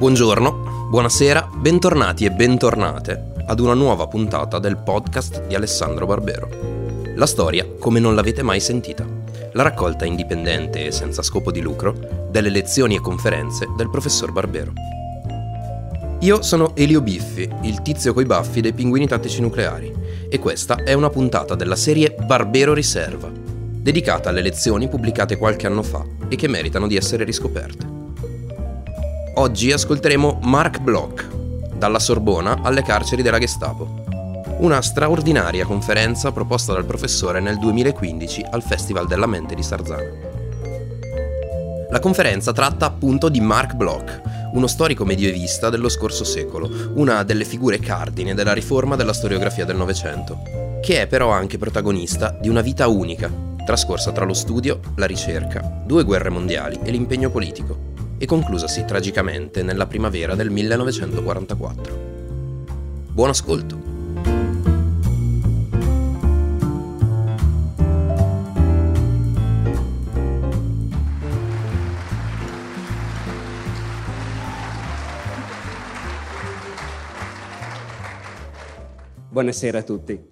Buongiorno, buonasera, bentornati e bentornate ad una nuova puntata del podcast di Alessandro Barbero. La storia come non l'avete mai sentita. La raccolta indipendente e senza scopo di lucro delle lezioni e conferenze del professor Barbero. Io sono Elio Biffi, il tizio coi baffi dei pinguini tattici nucleari, e questa è una puntata della serie Barbero Riserva, dedicata alle lezioni pubblicate qualche anno fa e che meritano di essere riscoperte. Oggi ascolteremo Marc Bloch, dalla Sorbona alle carceri della Gestapo, una straordinaria conferenza proposta dal professore nel 2015 al Festival della Mente di Sarzana. La conferenza tratta appunto di Marc Bloch, uno storico medievista dello scorso secolo, una delle figure cardine della riforma della storiografia del Novecento, che è però anche protagonista di una vita unica, trascorsa tra lo studio, la ricerca, 2 guerre mondiali e l'impegno politico, e conclusasi tragicamente nella primavera del 1944. Buon ascolto! Buonasera a tutti.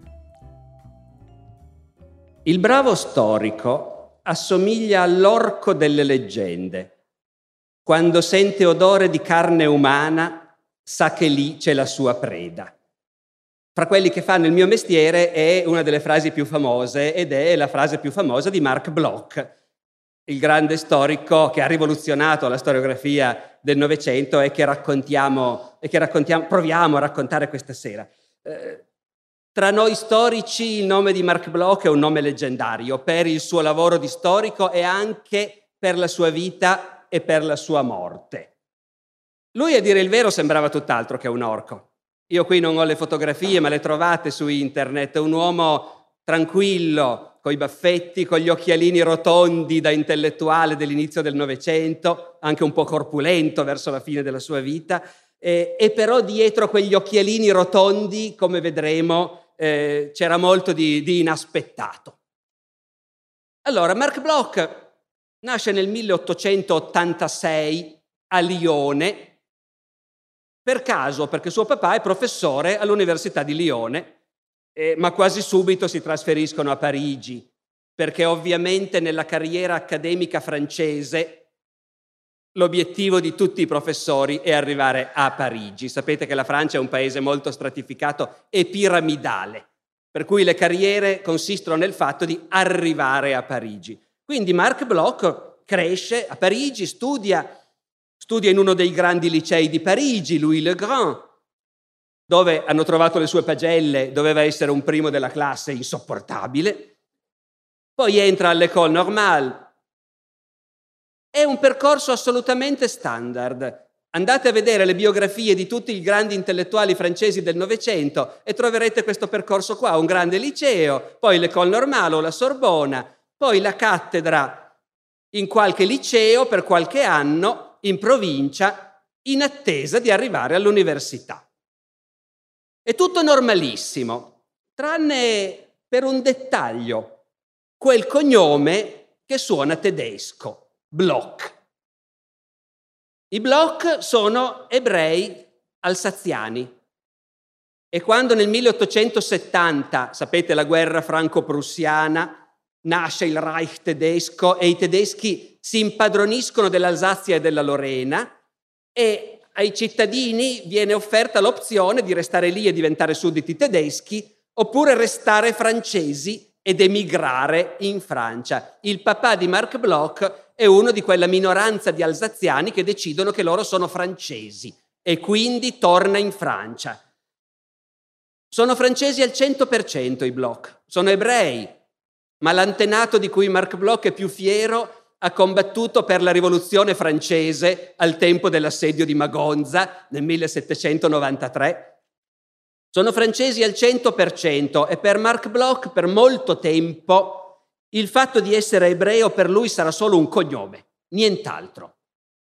Il bravo storico assomiglia all'orco delle leggende. Quando sente odore di carne umana, sa che lì c'è la sua preda. Fra quelli che fanno il mio mestiere è una delle frasi più famose ed è la frase più famosa di Marc Bloch, il grande storico che ha rivoluzionato la storiografia del Novecento e che proviamo a raccontare questa sera. Tra noi storici il nome di Marc Bloch è un nome leggendario per il suo lavoro di storico e anche per la sua vita e per la sua morte. Lui, a dire il vero, sembrava tutt'altro che un orco. Io qui non ho le fotografie, ma le trovate su internet. Un uomo tranquillo, coi baffetti, con gli occhialini rotondi da intellettuale dell'inizio del Novecento, anche un po' corpulento verso la fine della sua vita, e però dietro quegli occhialini rotondi, come vedremo, c'era molto di inaspettato. Allora, Marc Bloch nasce nel 1886 a Lione, per caso, perché suo papà è professore all'Università di Lione, ma quasi subito si trasferiscono a Parigi, perché ovviamente nella carriera accademica francese l'obiettivo di tutti i professori è arrivare a Parigi. Sapete che la Francia è un paese molto stratificato e piramidale, per cui le carriere consistono nel fatto di arrivare a Parigi. Quindi Marc Bloch cresce a Parigi, studia in uno dei grandi licei di Parigi, Louis-le-Grand, dove hanno trovato le sue pagelle, doveva essere un primo della classe insopportabile. Poi entra all'École Normale. È un percorso assolutamente standard. Andate a vedere le biografie di tutti i grandi intellettuali francesi del Novecento e troverete questo percorso qua, un grande liceo, poi l'École Normale o la Sorbona, poi la cattedra in qualche liceo per qualche anno in provincia in attesa di arrivare all'università. È tutto normalissimo, tranne per un dettaglio, quel cognome che suona tedesco, Bloch. I Bloch sono ebrei alsaziani e quando nel 1870, sapete, la guerra franco-prussiana, nasce il Reich tedesco e i tedeschi si impadroniscono dell'Alsazia e della Lorena e ai cittadini viene offerta l'opzione di restare lì e diventare sudditi tedeschi oppure restare francesi ed emigrare in Francia. Il papà di Marc Bloch è uno di quella minoranza di alsaziani che decidono che loro sono francesi e quindi torna in Francia. Sono francesi al 100% i Bloch, sono ebrei, ma l'antenato di cui Marc Bloch è più fiero ha combattuto per la rivoluzione francese al tempo dell'assedio di Magonza nel 1793. Sono francesi al 100% e per Marc Bloch per molto tempo il fatto di essere ebreo per lui sarà solo un cognome, nient'altro.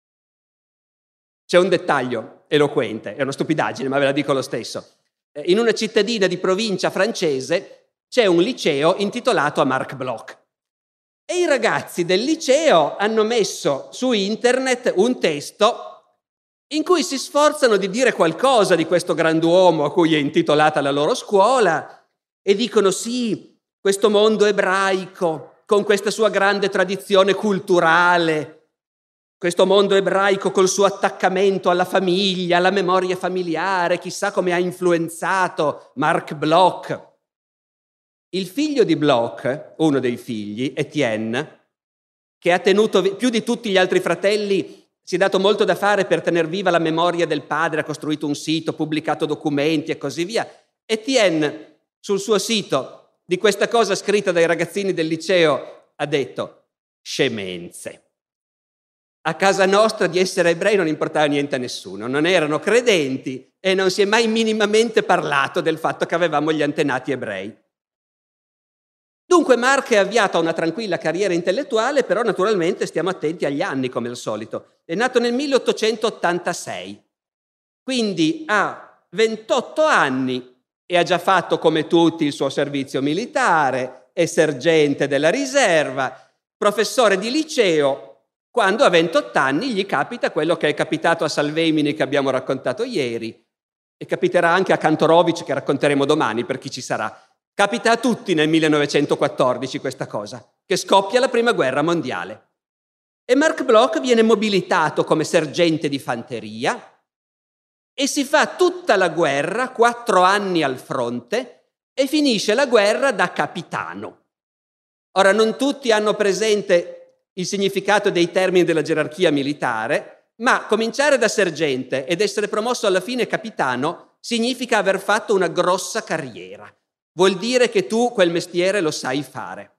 C'è un dettaglio eloquente, è una stupidaggine, ma ve la dico lo stesso. In una cittadina di provincia francese c'è un liceo intitolato a Marc Bloch e i ragazzi del liceo hanno messo su internet un testo in cui si sforzano di dire qualcosa di questo grand'uomo a cui è intitolata la loro scuola e dicono sì, questo mondo ebraico con questa sua grande tradizione culturale, questo mondo ebraico col suo attaccamento alla famiglia, alla memoria familiare, chissà come ha influenzato Marc Bloch. Il figlio di Bloch, uno dei figli, Etienne, che ha tenuto più di tutti gli altri fratelli, si è dato molto da fare per tener viva la memoria del padre, ha costruito un sito, pubblicato documenti e così via. Etienne, sul suo sito, di questa cosa scritta dai ragazzini del liceo, ha detto scemenze. A casa nostra di essere ebrei non importava niente a nessuno, non erano credenti e non si è mai minimamente parlato del fatto che avevamo gli antenati ebrei. Dunque Marc è avviato a una tranquilla carriera intellettuale, però naturalmente stiamo attenti agli anni come al solito. È nato nel 1886, quindi ha 28 anni e ha già fatto come tutti il suo servizio militare, è sergente della riserva, professore di liceo. Quando a 28 anni gli capita quello che è capitato a Salveimini che abbiamo raccontato ieri e capiterà anche a Kantorowicz che racconteremo domani per chi ci sarà. Capita a tutti nel 1914 questa cosa, che scoppia la prima guerra mondiale. E Marc Bloch viene mobilitato come sergente di fanteria e si fa tutta la guerra, 4 anni al fronte, e finisce la guerra da capitano. Ora, non tutti hanno presente il significato dei termini della gerarchia militare, ma cominciare da sergente ed essere promosso alla fine capitano significa aver fatto una grossa carriera. Vuol dire che tu quel mestiere lo sai fare.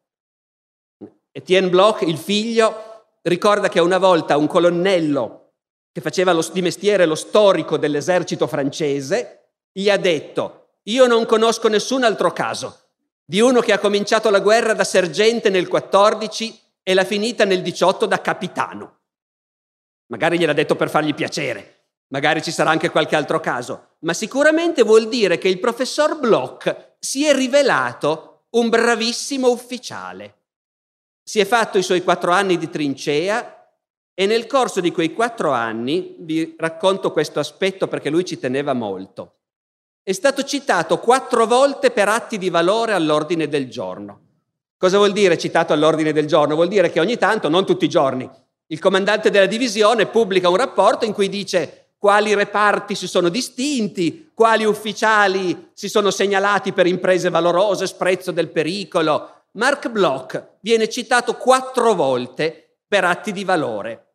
Etienne Bloch, il figlio, ricorda che una volta un colonnello che faceva di mestiere lo storico dell'esercito francese gli ha detto: io non conosco nessun altro caso di uno che ha cominciato la guerra da sergente nel 14 e l'ha finita nel 18 da capitano. Magari gliel'ha detto per fargli piacere. Magari ci sarà anche qualche altro caso, ma sicuramente vuol dire che il professor Bloch si è rivelato un bravissimo ufficiale. Si è fatto i suoi 4 anni di trincea e nel corso di quei 4 anni, vi racconto questo aspetto perché lui ci teneva molto, è stato citato 4 volte per atti di valore all'ordine del giorno. Cosa vuol dire citato all'ordine del giorno? Vuol dire che ogni tanto, non tutti i giorni, il comandante della divisione pubblica un rapporto in cui dice quali reparti si sono distinti, quali ufficiali si sono segnalati per imprese valorose, sprezzo del pericolo. Marc Bloch viene citato 4 volte per atti di valore.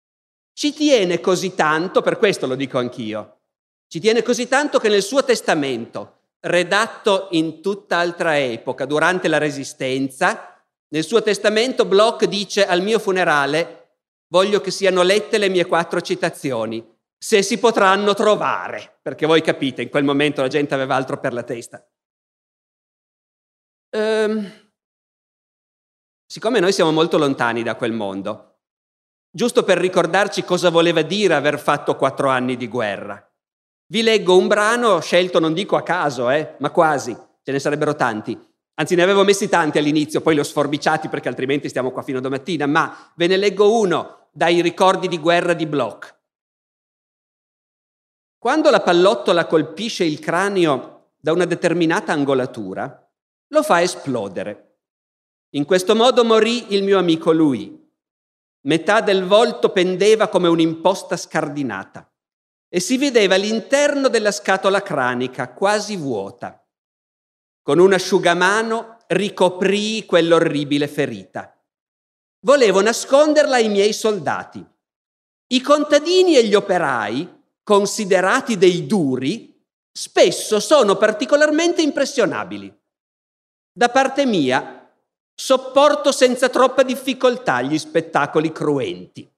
Ci tiene così tanto, per questo lo dico anch'io, ci tiene così tanto che nel suo testamento, redatto in tutt'altra epoca, durante la Resistenza, nel suo testamento Bloch dice: al mio funerale voglio che siano lette le mie 4 citazioni, se si potranno trovare, perché voi capite, in quel momento la gente aveva altro per la testa. Siccome noi siamo molto lontani da quel mondo, giusto per ricordarci cosa voleva dire aver fatto 4 anni di guerra, vi leggo un brano scelto, non dico a caso, ma quasi, ce ne sarebbero tanti. Anzi, ne avevo messi tanti all'inizio, poi li ho sforbiciati perché altrimenti stiamo qua fino a domattina, ma ve ne leggo uno dai ricordi di guerra di Bloch. Quando la pallottola colpisce il cranio da una determinata angolatura, lo fa esplodere. In questo modo morì il mio amico lui. Metà del volto pendeva come un'imposta scardinata e si vedeva l'interno della scatola cranica quasi vuota. Con un asciugamano ricoprii quell'orribile ferita. Volevo nasconderla ai miei soldati. I contadini e gli operai, considerati dei duri, spesso sono particolarmente impressionabili. Da parte mia, sopporto senza troppa difficoltà gli spettacoli cruenti.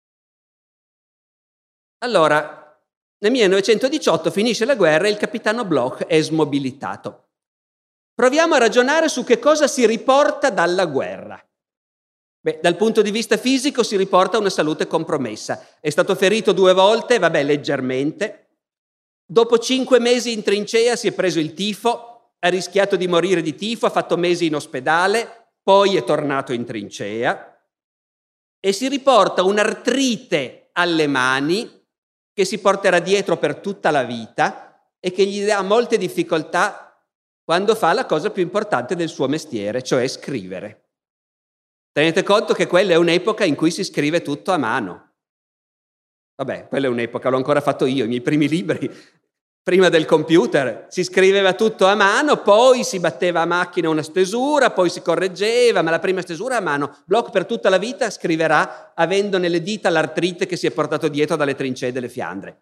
Allora, nel 1918 finisce la guerra e il capitano Bloch è smobilitato. Proviamo a ragionare su che cosa si riporta dalla guerra. Dal punto di vista fisico si riporta una salute compromessa. È stato ferito 2 volte, leggermente. Dopo 5 mesi in trincea si è preso il tifo, ha rischiato di morire di tifo, ha fatto mesi in ospedale, poi è tornato in trincea e si riporta un'artrite alle mani che si porterà dietro per tutta la vita e che gli dà molte difficoltà quando fa la cosa più importante del suo mestiere, cioè scrivere. Tenete conto che quella è un'epoca in cui si scrive tutto a mano. Vabbè, quella è un'epoca, l'ho ancora fatto io, i miei primi libri, prima del computer, si scriveva tutto a mano, poi si batteva a macchina una stesura, poi si correggeva, ma la prima stesura a mano. Bloch per tutta la vita scriverà avendo nelle dita l'artrite che si è portato dietro dalle trincee delle Fiandre.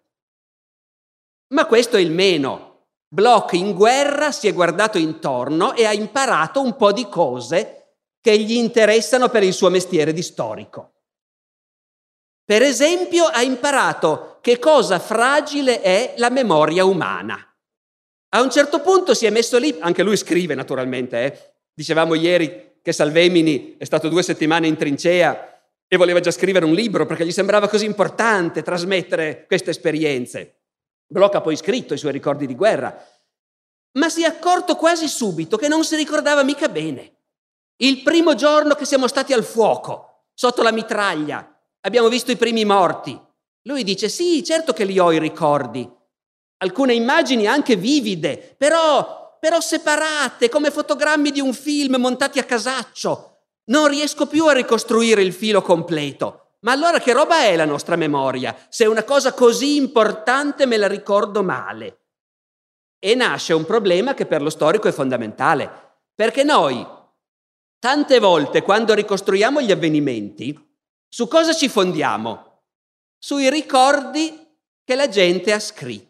Ma questo è il meno. Bloch in guerra si è guardato intorno e ha imparato un po' di cose che gli interessano per il suo mestiere di storico. Per esempio, ha imparato che cosa fragile è la memoria umana. A un certo punto si è messo lì, anche lui scrive naturalmente, Dicevamo ieri che Salvemini è stato 2 settimane in trincea e voleva già scrivere un libro perché gli sembrava così importante trasmettere queste esperienze. Bloch ha poi scritto i suoi ricordi di guerra, ma si è accorto quasi subito che non si ricordava mica bene. Il primo giorno che siamo stati al fuoco, sotto la mitraglia, abbiamo visto i primi morti. Lui dice, sì, certo che li ho i ricordi. Alcune immagini anche vivide, però separate, come fotogrammi di un film montati a casaccio. Non riesco più a ricostruire il filo completo. Ma allora che roba è la nostra memoria? Se una cosa così importante me la ricordo male. E nasce un problema che per lo storico è fondamentale, perché noi, tante volte, quando ricostruiamo gli avvenimenti, su cosa ci fondiamo? Sui ricordi che la gente ha scritto.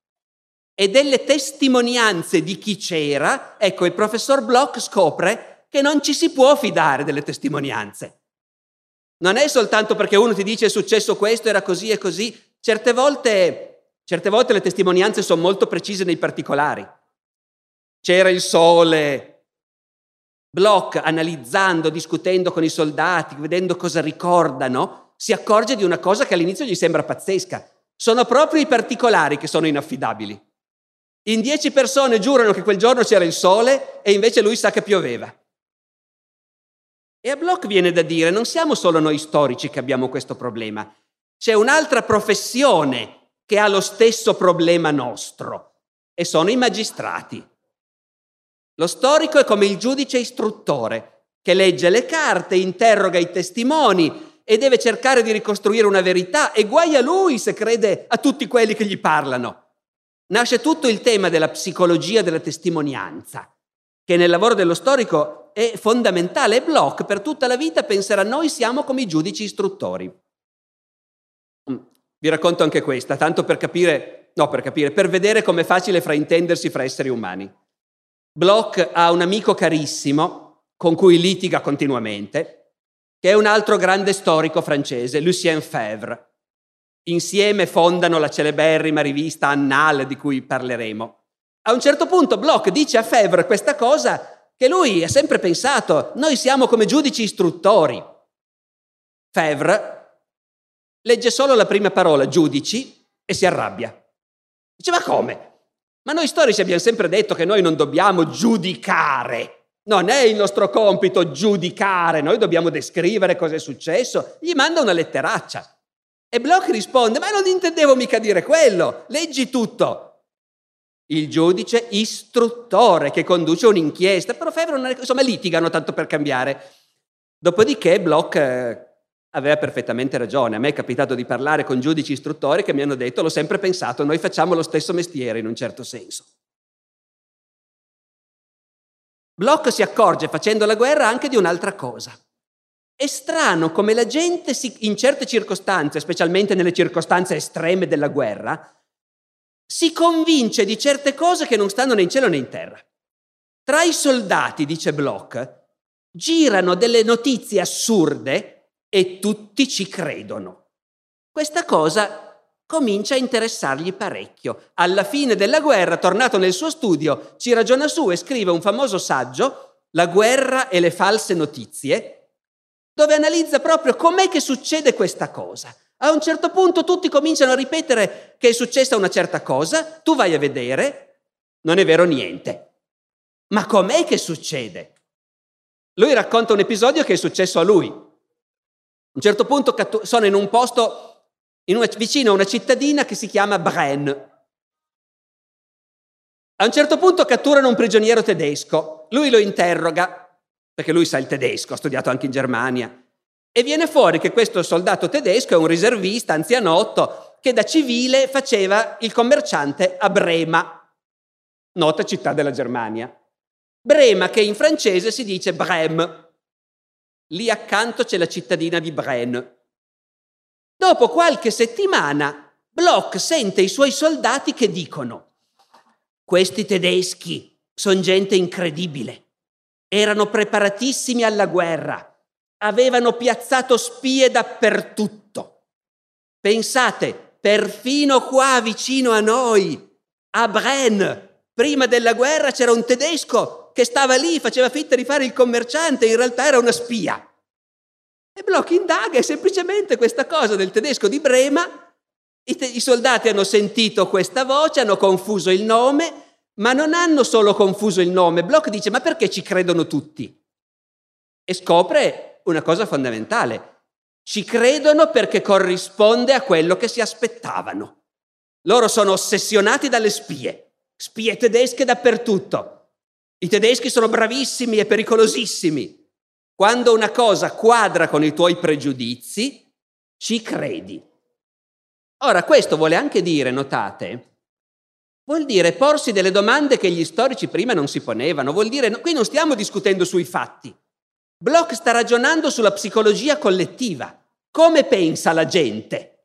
E delle testimonianze di chi c'era, ecco, il professor Bloch scopre che non ci si può fidare delle testimonianze. Non è soltanto perché uno ti dice è successo questo, era così e così. Certe volte le testimonianze sono molto precise nei particolari. C'era il sole. Bloch, analizzando, discutendo con i soldati, vedendo cosa ricordano, si accorge di una cosa che all'inizio gli sembra pazzesca. Sono proprio i particolari che sono inaffidabili. In 10 persone giurano che quel giorno c'era il sole e invece lui sa che pioveva. E a Bloch viene da dire, non siamo solo noi storici che abbiamo questo problema, c'è un'altra professione che ha lo stesso problema nostro, e sono i magistrati. Lo storico è come il giudice istruttore, che legge le carte, interroga i testimoni e deve cercare di ricostruire una verità, e guai a lui se crede a tutti quelli che gli parlano. Nasce tutto il tema della psicologia della testimonianza, che nel lavoro dello storico è fondamentale, e Bloch per tutta la vita penserà noi siamo come i giudici istruttori. Vi racconto anche questa, tanto per vedere com'è facile fraintendersi fra esseri umani. Bloch ha un amico carissimo con cui litiga continuamente, che è un altro grande storico francese, Lucien Febvre. Insieme fondano la celeberrima rivista Annales di cui parleremo. A un certo punto Bloch dice a Febvre questa cosa che lui ha sempre pensato, noi siamo come giudici istruttori. Febvre legge solo la prima parola, giudici, e si arrabbia. Dice, ma come? Ma noi storici abbiamo sempre detto che noi non dobbiamo giudicare. Non è il nostro compito giudicare, noi dobbiamo descrivere cosa è successo. Gli manda una letteraccia. E Bloch risponde, ma non intendevo mica dire quello, leggi tutto. Il giudice istruttore che conduce un'inchiesta, però Febvre insomma litigano tanto per cambiare. Dopodiché Bloch aveva perfettamente ragione. A me è capitato di parlare con giudici istruttori che mi hanno detto, l'ho sempre pensato, noi facciamo lo stesso mestiere in un certo senso. Bloch si accorge facendo la guerra anche di un'altra cosa. È strano come la gente in certe circostanze, specialmente nelle circostanze estreme della guerra, si convince di certe cose che non stanno né in cielo né in terra. Tra i soldati, dice Bloch, girano delle notizie assurde e tutti ci credono. Questa cosa comincia a interessargli parecchio. Alla fine della guerra, tornato nel suo studio, ci ragiona su e scrive un famoso saggio, La guerra e le false notizie, dove analizza proprio com'è che succede questa cosa. A un certo punto tutti cominciano a ripetere che è successa una certa cosa, tu vai a vedere, non è vero niente. Ma com'è che succede? Lui racconta un episodio che è successo a lui. A un certo punto sono in un posto vicino a una cittadina che si chiama Braine. A un certo punto catturano un prigioniero tedesco, lui lo interroga, perché lui sa il tedesco, ha studiato anche in Germania, e viene fuori che questo soldato tedesco è un riservista anzianotto che da civile faceva il commerciante a Brema, nota città della Germania. Brema che in francese si dice Brême. Lì accanto c'è la cittadina di Braine. Dopo qualche settimana, Bloch sente i suoi soldati che dicono: questi tedeschi sono gente incredibile, erano preparatissimi alla guerra, avevano piazzato spie dappertutto. Pensate, perfino qua vicino a noi, a Braine, prima della guerra c'era un tedesco che stava lì, faceva finta di fare il commerciante, in realtà era una spia. E Bloch indaga e semplicemente questa cosa del tedesco di Brema, i soldati hanno sentito questa voce, hanno confuso il nome, ma non hanno solo confuso il nome. Bloch dice: ma perché ci credono tutti? E scopre una cosa fondamentale: ci credono perché corrisponde a quello che si aspettavano. Loro sono ossessionati dalle spie tedesche dappertutto. I tedeschi sono bravissimi e pericolosissimi. Quando una cosa quadra con i tuoi pregiudizi, ci credi. Ora, questo vuole anche dire, notate, vuol dire porsi delle domande che gli storici prima non si ponevano. Vuol dire, qui non stiamo discutendo sui fatti. Bloch sta ragionando sulla psicologia collettiva. Come pensa la gente?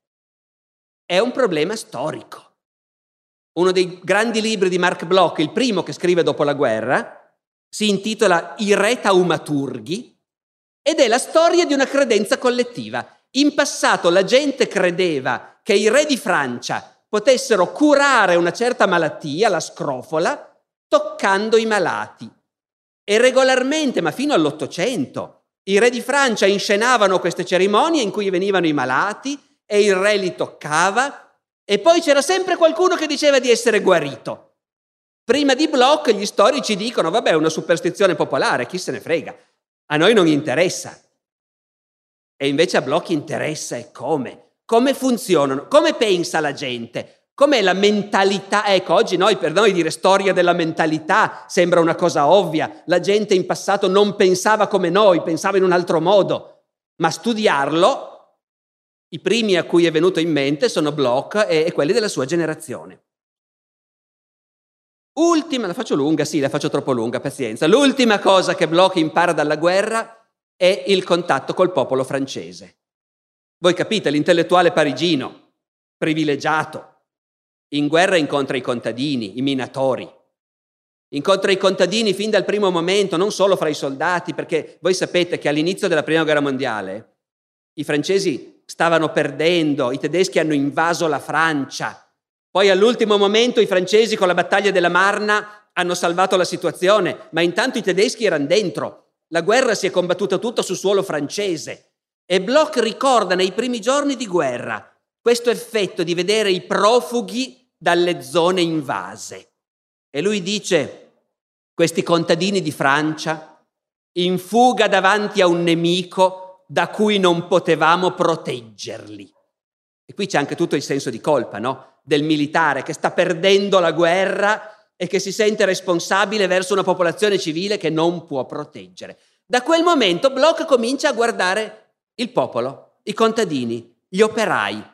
È un problema storico. Uno dei grandi libri di Marc Bloch, il primo che scrive dopo la guerra, si intitola I re taumaturghi, ed è la storia di una credenza collettiva. In passato la gente credeva che i re di Francia potessero curare una certa malattia, la scrofola, toccando i malati. E regolarmente, ma fino all'Ottocento, i re di Francia inscenavano queste cerimonie in cui venivano i malati e il re li toccava, e poi c'era sempre qualcuno che diceva di essere guarito. Prima di Bloch gli storici dicono: vabbè, è una superstizione popolare, chi se ne frega. A noi non interessa. E invece a Bloch interessa e come. Come funzionano, come pensa la gente, com'è la mentalità. Ecco, oggi per noi dire storia della mentalità sembra una cosa ovvia. La gente in passato non pensava come noi, pensava in un altro modo. Ma studiarlo, i primi a cui è venuto in mente sono Bloch e quelli della sua generazione. Ultima, la faccio lunga? Sì, la faccio troppo lunga, pazienza. L'ultima cosa che Bloch impara dalla guerra è il contatto col popolo francese. Voi capite, l'intellettuale parigino, privilegiato, in guerra incontra i contadini, i minatori. Incontra i contadini fin dal primo momento, non solo fra i soldati, perché voi sapete che all'inizio della Prima Guerra Mondiale i francesi stavano perdendo, i tedeschi hanno invaso la Francia. Poi all'ultimo momento i francesi con la battaglia della Marna hanno salvato la situazione, ma intanto i tedeschi erano dentro. La guerra si è combattuta tutta su suolo francese. E Bloch ricorda nei primi giorni di guerra questo effetto di vedere i profughi dalle zone invase. E lui dice: questi contadini di Francia, in fuga davanti a un nemico da cui non potevamo proteggerli. E qui c'è anche tutto il senso di colpa, no? Del militare che sta perdendo la guerra e che si sente responsabile verso una popolazione civile che non può proteggere. Da quel momento Bloch comincia a guardare il popolo, i contadini, gli operai.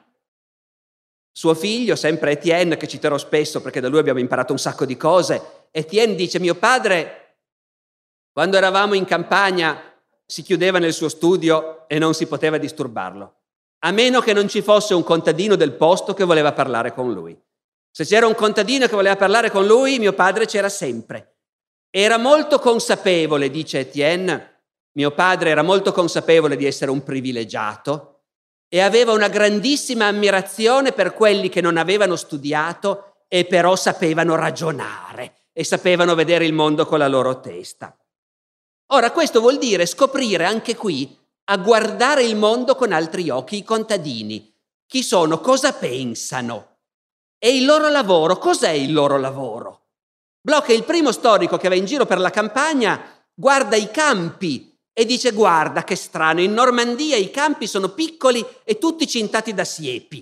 Suo figlio, sempre Etienne, che citerò spesso perché da lui abbiamo imparato un sacco di cose, Etienne dice: mio padre, quando eravamo in campagna, si chiudeva nel suo studio e non si poteva disturbarlo, a meno che non ci fosse un contadino del posto che voleva parlare con lui. Se c'era un contadino che voleva parlare con lui, mio padre c'era sempre. Era molto consapevole, dice Etienne, mio padre era molto consapevole di essere un privilegiato e aveva una grandissima ammirazione per quelli che non avevano studiato e però sapevano ragionare e sapevano vedere il mondo con la loro testa. Ora, questo vuol dire scoprire anche qui a guardare il mondo con altri occhi, i contadini. Chi sono? Cosa pensano? E il loro lavoro? Cos'è il loro lavoro? Bloch è il primo storico che va in giro per la campagna, guarda i campi e dice: guarda che strano, in Normandia i campi sono piccoli e tutti cintati da siepi.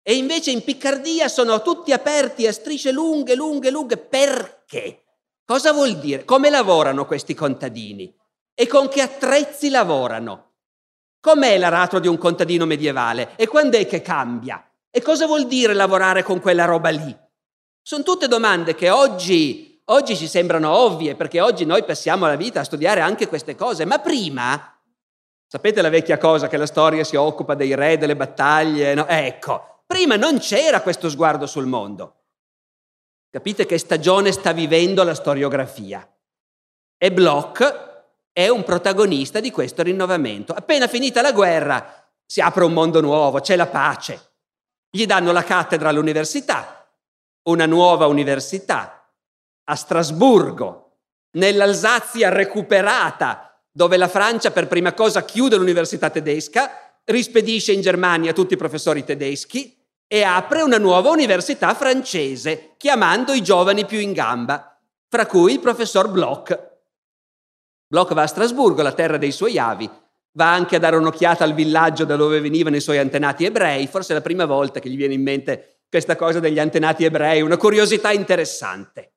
E invece in Piccardia sono tutti aperti a strisce lunghe, lunghe, lunghe. Perché? Cosa vuol dire? Come lavorano questi contadini? E con che attrezzi lavorano? Com'è l'aratro di un contadino medievale? E quando è che cambia? E cosa vuol dire lavorare con quella roba lì? Sono tutte domande che oggi ci sembrano ovvie, perché oggi noi passiamo la vita a studiare anche queste cose, ma prima, sapete la vecchia cosa che la storia si occupa dei re, delle battaglie, no? Ecco, prima non c'era questo sguardo sul mondo. Capite che stagione sta vivendo la storiografia? E Bloch è un protagonista di questo rinnovamento. Appena finita la guerra si apre un mondo nuovo, c'è la pace. Gli danno la cattedra all'università, una nuova università a Strasburgo, nell'Alsazia recuperata, dove la Francia per prima cosa chiude l'università tedesca, rispedisce in Germania tutti i professori tedeschi e apre una nuova università francese, chiamando i giovani più in gamba, fra cui il professor Bloch. Bloch va a Strasburgo, la terra dei suoi avi, va anche a dare un'occhiata al villaggio da dove venivano i suoi antenati ebrei, forse è la prima volta che gli viene in mente questa cosa degli antenati ebrei, una curiosità interessante.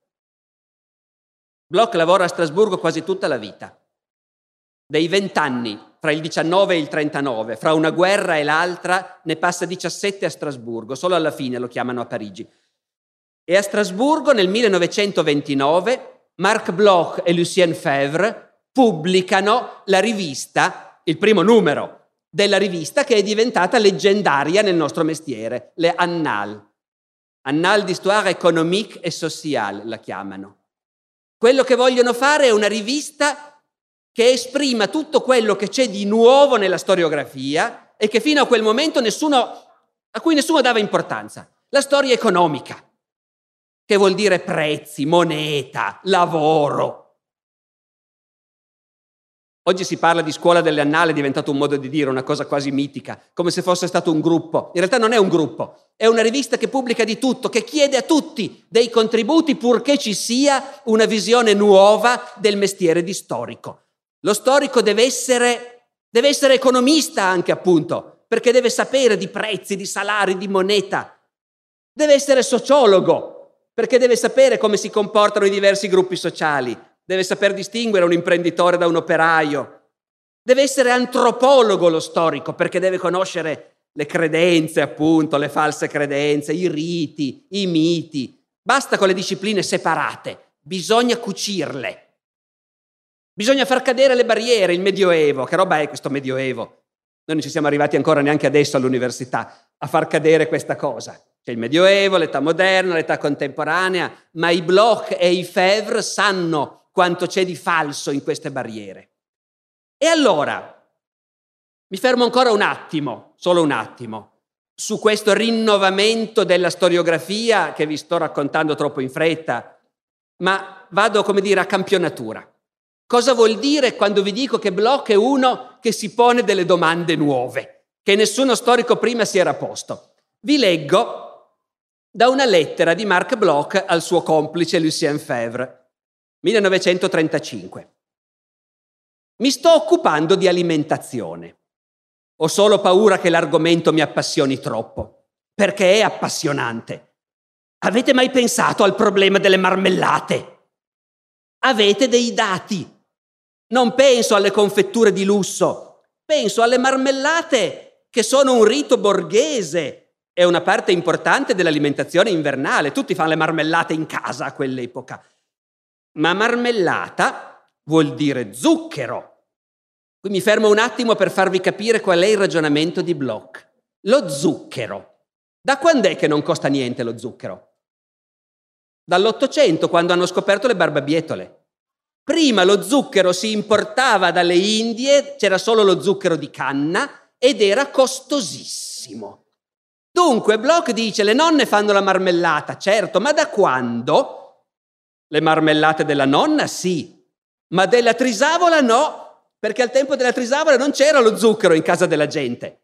Bloch lavora a Strasburgo quasi tutta la vita. Dei 20 anni, fra il 19 e il 39, fra una guerra e l'altra, ne passa 17 a Strasburgo, solo alla fine lo chiamano a Parigi. E a Strasburgo nel 1929 Marc Bloch e Lucien Febvre pubblicano la rivista, il primo numero della rivista che è diventata leggendaria nel nostro mestiere, le Annales. Annales d'histoire économique et sociale la chiamano. Quello che vogliono fare è una rivista che esprima tutto quello che c'è di nuovo nella storiografia e che fino a quel momento a cui nessuno dava importanza. La storia economica, che vuol dire prezzi, moneta, lavoro. Oggi si parla di scuola delle Annali, è diventato un modo di dire, una cosa quasi mitica, come se fosse stato un gruppo. In realtà non è un gruppo, è una rivista che pubblica di tutto, che chiede a tutti dei contributi purché ci sia una visione nuova del mestiere di storico. Lo storico deve essere economista anche, appunto, perché deve sapere di prezzi, di salari, di moneta. Deve essere sociologo, perché deve sapere come si comportano i diversi gruppi sociali. Deve saper distinguere un imprenditore da un operaio. Deve essere antropologo lo storico, perché deve conoscere le credenze, appunto, le false credenze, i riti, i miti. Basta con le discipline separate, bisogna cucirle. Bisogna far cadere le barriere, il Medioevo. Che roba è questo Medioevo? Noi non ci siamo arrivati ancora neanche adesso all'università a far cadere questa cosa. C'è il Medioevo, l'età moderna, l'età contemporanea, ma i Bloch e i Febvre sanno quanto c'è di falso in queste barriere. E allora, mi fermo ancora un attimo, solo un attimo, su questo rinnovamento della storiografia che vi sto raccontando troppo in fretta, ma vado, a campionatura. Cosa vuol dire quando vi dico che Bloch è uno che si pone delle domande nuove, che nessuno storico prima si era posto? Vi leggo da una lettera di Marc Bloch al suo complice Lucien Febvre, 1935. Mi sto occupando di alimentazione. Ho solo paura che l'argomento mi appassioni troppo, perché è appassionante. Avete mai pensato al problema delle marmellate? Avete dei dati? Non penso alle confetture di lusso, penso alle marmellate che sono un rito borghese e una parte importante dell'alimentazione invernale. Tutti fanno le marmellate in casa a quell'epoca. Ma marmellata vuol dire zucchero. Qui mi fermo un attimo per farvi capire qual è il ragionamento di Bloch. Lo zucchero. Da quando è che non costa niente lo zucchero? Dall'800, quando hanno scoperto le barbabietole. Prima lo zucchero si importava dalle Indie, c'era solo lo zucchero di canna ed era costosissimo. Dunque Bloch dice: le nonne fanno la marmellata, certo, ma da quando? Le marmellate della nonna sì, ma della Trisavola no, perché al tempo della Trisavola non c'era lo zucchero in casa della gente.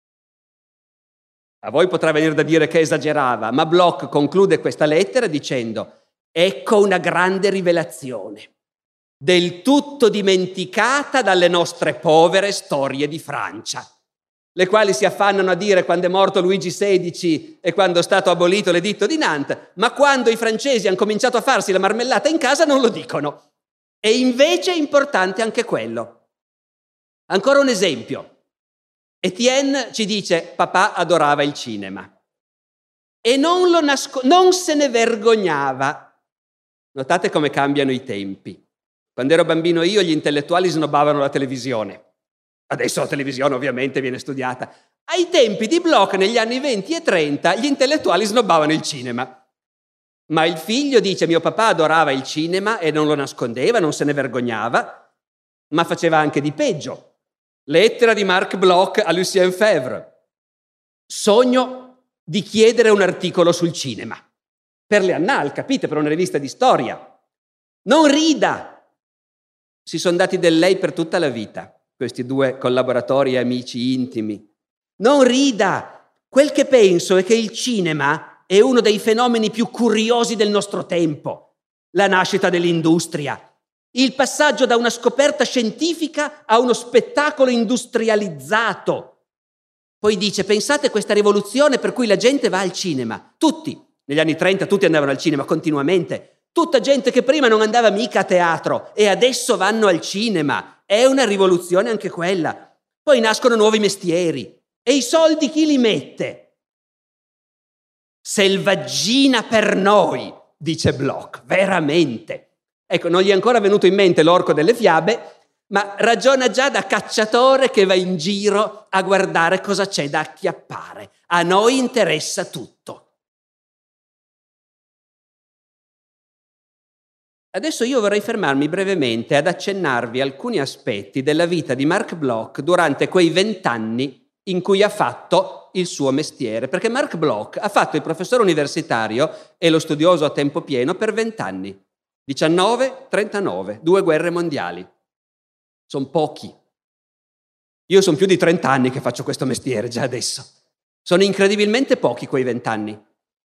A voi potrà venire da dire che esagerava, ma Bloch conclude questa lettera dicendo: ecco una grande rivelazione, del tutto dimenticata dalle nostre povere storie di Francia. le quali si affannano a dire quando è morto Luigi XVI e quando è stato abolito l'editto di Nantes, ma quando i francesi hanno cominciato a farsi la marmellata in casa non lo dicono. E invece è importante anche quello. Ancora un esempio. Etienne ci dice: papà adorava il cinema e non se ne vergognava. Notate come cambiano i tempi. Quando ero bambino io, gli intellettuali snobbavano la televisione. Adesso la televisione ovviamente viene studiata. Ai tempi di Bloch, negli anni 20 e 30, gli intellettuali snobbavano il cinema. Ma il figlio dice: mio papà adorava il cinema e non lo nascondeva, non se ne vergognava, ma faceva anche di peggio. Lettera di Marc Bloch a Lucien Febvre. Sogno di chiedere un articolo sul cinema. Per le Annales, capite? Per una rivista di storia. Non rida! Si sono dati del lei per tutta la vita, questi due collaboratori e amici intimi. Non rida! Quel che penso è che il cinema è uno dei fenomeni più curiosi del nostro tempo. La nascita dell'industria, il passaggio da una scoperta scientifica a uno spettacolo industrializzato. Poi dice: pensate a questa rivoluzione per cui la gente va al cinema. Tutti, negli anni 30 tutti andavano al cinema continuamente. Tutta gente che prima non andava mica a teatro e adesso vanno al cinema. È una rivoluzione anche quella. Poi nascono nuovi mestieri. E i soldi chi li mette? Selvaggina per noi, dice Bloch, veramente. Ecco, non gli è ancora venuto in mente l'orco delle fiabe, ma ragiona già da cacciatore che va in giro a guardare cosa c'è da acchiappare. A noi interessa tutto. Adesso io vorrei fermarmi brevemente ad accennarvi alcuni aspetti della vita di Marc Bloch durante quei 20 anni in cui ha fatto il suo mestiere, perché Marc Bloch ha fatto il professore universitario e lo studioso a tempo pieno per 20 anni, 19-39, 2 guerre mondiali. Sono pochi. Io sono più di 30 anni che faccio questo mestiere già adesso. Sono incredibilmente pochi quei 20 anni.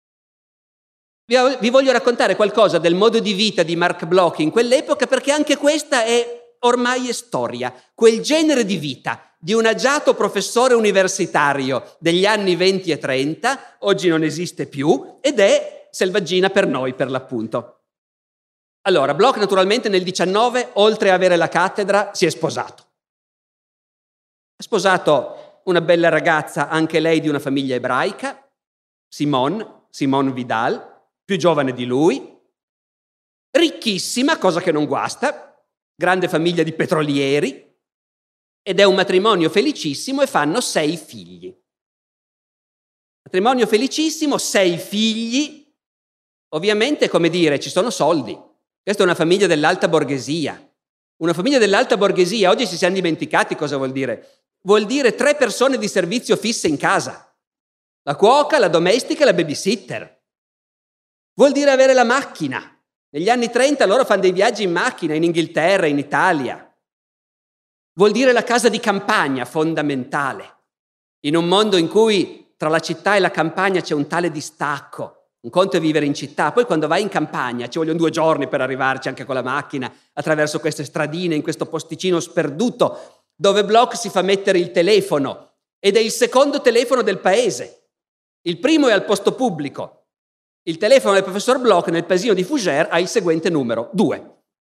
Vi voglio raccontare qualcosa del modo di vita di Marc Bloch in quell'epoca, perché anche questa ormai è storia. Quel genere di vita di un agiato professore universitario degli anni 20 e 30 oggi non esiste più ed è selvaggina per noi, per l'appunto. Allora, Bloch naturalmente nel 19, oltre a avere la cattedra, si è sposato. Ha sposato una bella ragazza, anche lei di una famiglia ebraica, Simone Vidal, più giovane di lui, ricchissima, cosa che non guasta, grande famiglia di petrolieri, ed è un matrimonio felicissimo e fanno 6 figli. Matrimonio felicissimo, 6 figli, ovviamente, come dire, ci sono soldi. Questa è una famiglia dell'alta borghesia. Una famiglia dell'alta borghesia, oggi ci siamo dimenticati cosa vuol dire. Vuol dire 3 persone di servizio fisse in casa. La cuoca, la domestica e la babysitter. Vuol dire avere la macchina. Negli anni 30 loro fanno dei viaggi in macchina in Inghilterra, in Italia. Vuol dire la casa di campagna, fondamentale. In un mondo in cui tra la città e la campagna c'è un tale distacco. Un conto è vivere in città, poi quando vai in campagna ci vogliono 2 giorni per arrivarci anche con la macchina, attraverso queste stradine, in questo posticino sperduto, dove Bloch si fa mettere il telefono, ed è il secondo telefono del paese. Il primo è al posto pubblico. Il telefono del professor Bloch nel paesino di Fougères ha il seguente numero, 2.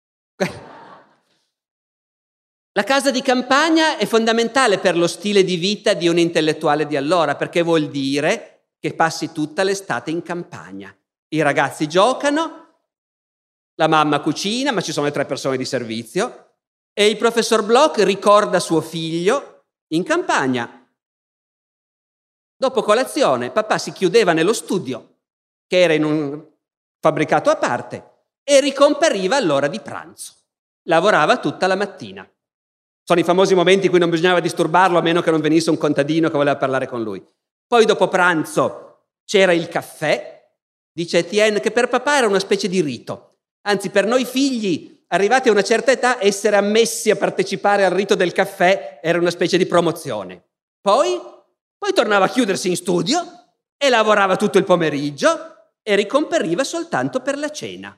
La casa di campagna è fondamentale per lo stile di vita di un intellettuale di allora, perché vuol dire che passi tutta l'estate in campagna. I ragazzi giocano, la mamma cucina, ma ci sono le 3 persone di servizio, e il professor Bloch ricorda suo figlio in campagna. Dopo colazione, papà si chiudeva nello studio, che era in un fabbricato a parte, e ricompariva all'ora di pranzo. Lavorava tutta la mattina. Sono i famosi momenti in cui non bisognava disturbarlo a meno che non venisse un contadino che voleva parlare con lui. Poi dopo pranzo c'era il caffè, dice Etienne, che per papà era una specie di rito. Anzi, per noi figli, arrivati a una certa età, essere ammessi a partecipare al rito del caffè era una specie di promozione. Poi tornava a chiudersi in studio e lavorava tutto il pomeriggio e ricompariva soltanto per la cena.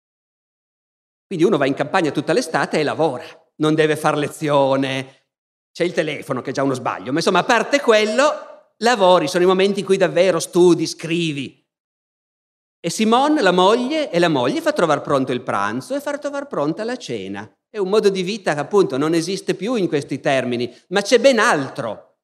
Quindi uno va in campagna tutta l'estate e lavora, non deve far lezione, c'è il telefono che è già uno sbaglio, ma insomma a parte quello lavori, sono i momenti in cui davvero studi, scrivi. E Simone, la moglie fa trovare pronto il pranzo e far trovare pronta la cena. È un modo di vita che appunto non esiste più in questi termini, ma c'è ben altro.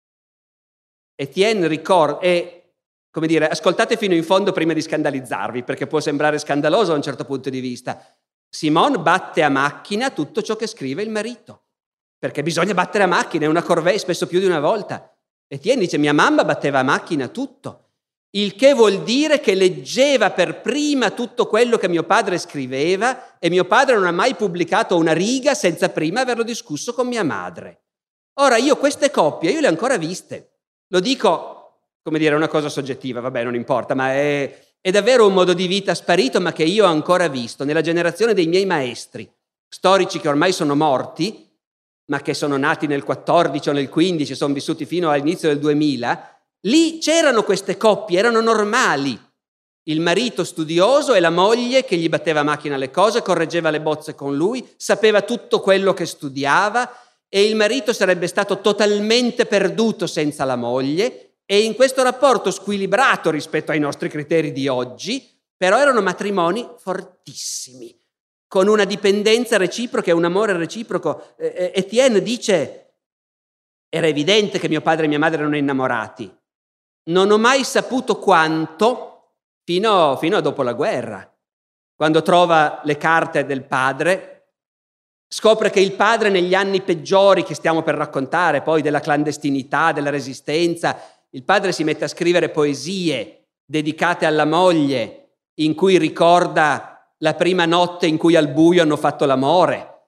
Etienne ricorda, come dire, ascoltate fino in fondo prima di scandalizzarvi, perché può sembrare scandaloso da un certo punto di vista. Simone batte a macchina tutto ciò che scrive il marito, perché bisogna battere a macchina, è una corvée spesso più di una volta. Etienne dice, mia mamma batteva a macchina tutto. Il che vuol dire che leggeva per prima tutto quello che mio padre scriveva e mio padre non ha mai pubblicato una riga senza prima averlo discusso con mia madre. Ora io queste coppie, le ho ancora viste. Lo dico, come dire, è una cosa soggettiva, vabbè, non importa, ma è davvero un modo di vita sparito, ma che io ho ancora visto nella generazione dei miei maestri, storici che ormai sono morti, ma che sono nati nel 14 o nel 15, sono vissuti fino all'inizio del 2000. Lì c'erano queste coppie, erano normali. Il marito studioso e la moglie che gli batteva a macchina le cose, correggeva le bozze con lui, sapeva tutto quello che studiava e il marito sarebbe stato totalmente perduto senza la moglie e in questo rapporto squilibrato rispetto ai nostri criteri di oggi, però erano matrimoni fortissimi, con una dipendenza reciproca e un amore reciproco. Etienne dice, era evidente che mio padre e mia madre erano innamorati. Non ho mai saputo quanto fino a dopo la guerra, quando trova le carte del padre, scopre che il padre negli anni peggiori che stiamo per raccontare, poi della clandestinità, della resistenza, il padre si mette a scrivere poesie dedicate alla moglie in cui ricorda la prima notte in cui al buio hanno fatto l'amore,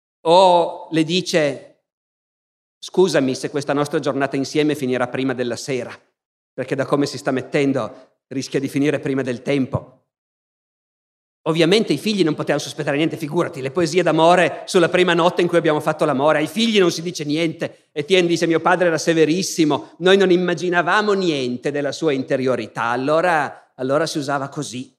o le dice scusami se questa nostra giornata insieme finirà prima della sera, perché da come si sta mettendo rischia di finire prima del tempo. Ovviamente i figli non potevano sospettare niente, figurati, le poesie d'amore sulla prima notte in cui abbiamo fatto l'amore, ai figli non si dice niente. Etienne dice, mio padre era severissimo, noi non immaginavamo niente della sua interiorità, allora si usava così.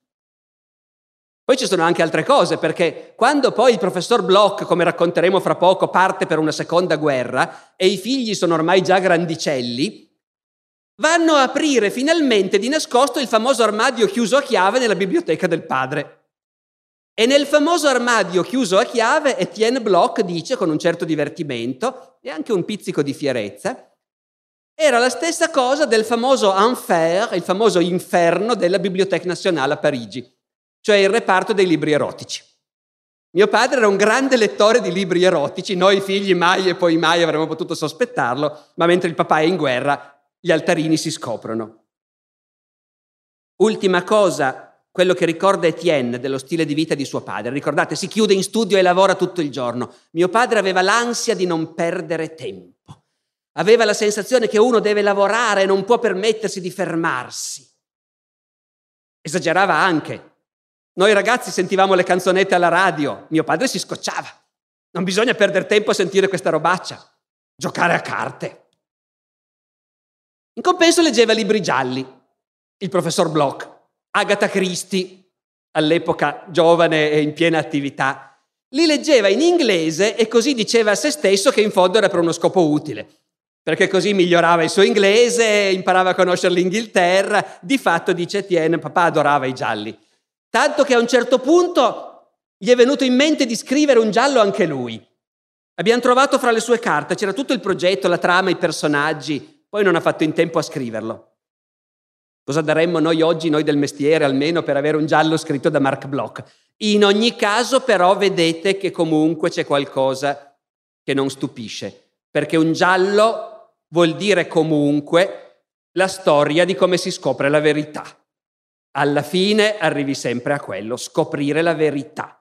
Poi ci sono anche altre cose, perché quando poi il professor Bloch, come racconteremo fra poco, parte per una seconda guerra e i figli sono ormai già grandicelli, vanno a aprire finalmente di nascosto il famoso armadio chiuso a chiave nella biblioteca del padre. E nel famoso armadio chiuso a chiave Etienne Bloch dice con un certo divertimento e anche un pizzico di fierezza, era la stessa cosa del famoso Enfer, il famoso inferno della Bibliothèque Nationale a Parigi, cioè il reparto dei libri erotici. Mio padre era un grande lettore di libri erotici, noi figli mai e poi mai avremmo potuto sospettarlo, ma mentre il papà è in guerra gli altarini si scoprono. Ultima cosa, quello che ricorda Etienne dello stile di vita di suo padre. Ricordate, si chiude in studio e lavora tutto il giorno. Mio padre aveva l'ansia di non perdere tempo. Aveva la sensazione che uno deve lavorare e non può permettersi di fermarsi. Esagerava anche. Noi ragazzi sentivamo le canzonette alla radio. Mio padre si scocciava. Non bisogna perdere tempo a sentire questa robaccia. Giocare a carte. In compenso leggeva libri gialli, il professor Bloch, Agatha Christie, all'epoca giovane e in piena attività. Li leggeva in inglese e così diceva a se stesso che in fondo era per uno scopo utile, perché così migliorava il suo inglese, imparava a conoscere l'Inghilterra. Di fatto, dice Etienne, papà adorava i gialli. Tanto che a un certo punto gli è venuto in mente di scrivere un giallo anche lui. Abbiamo trovato fra le sue carte, c'era tutto il progetto, la trama, i personaggi. Poi non ha fatto in tempo a scriverlo. Cosa daremmo noi oggi, noi del mestiere, almeno per avere un giallo scritto da Marc Bloch? In ogni caso, però, vedete che comunque c'è qualcosa che non stupisce, perché un giallo vuol dire comunque la storia di come si scopre la verità. Alla fine arrivi sempre a quello, scoprire la verità.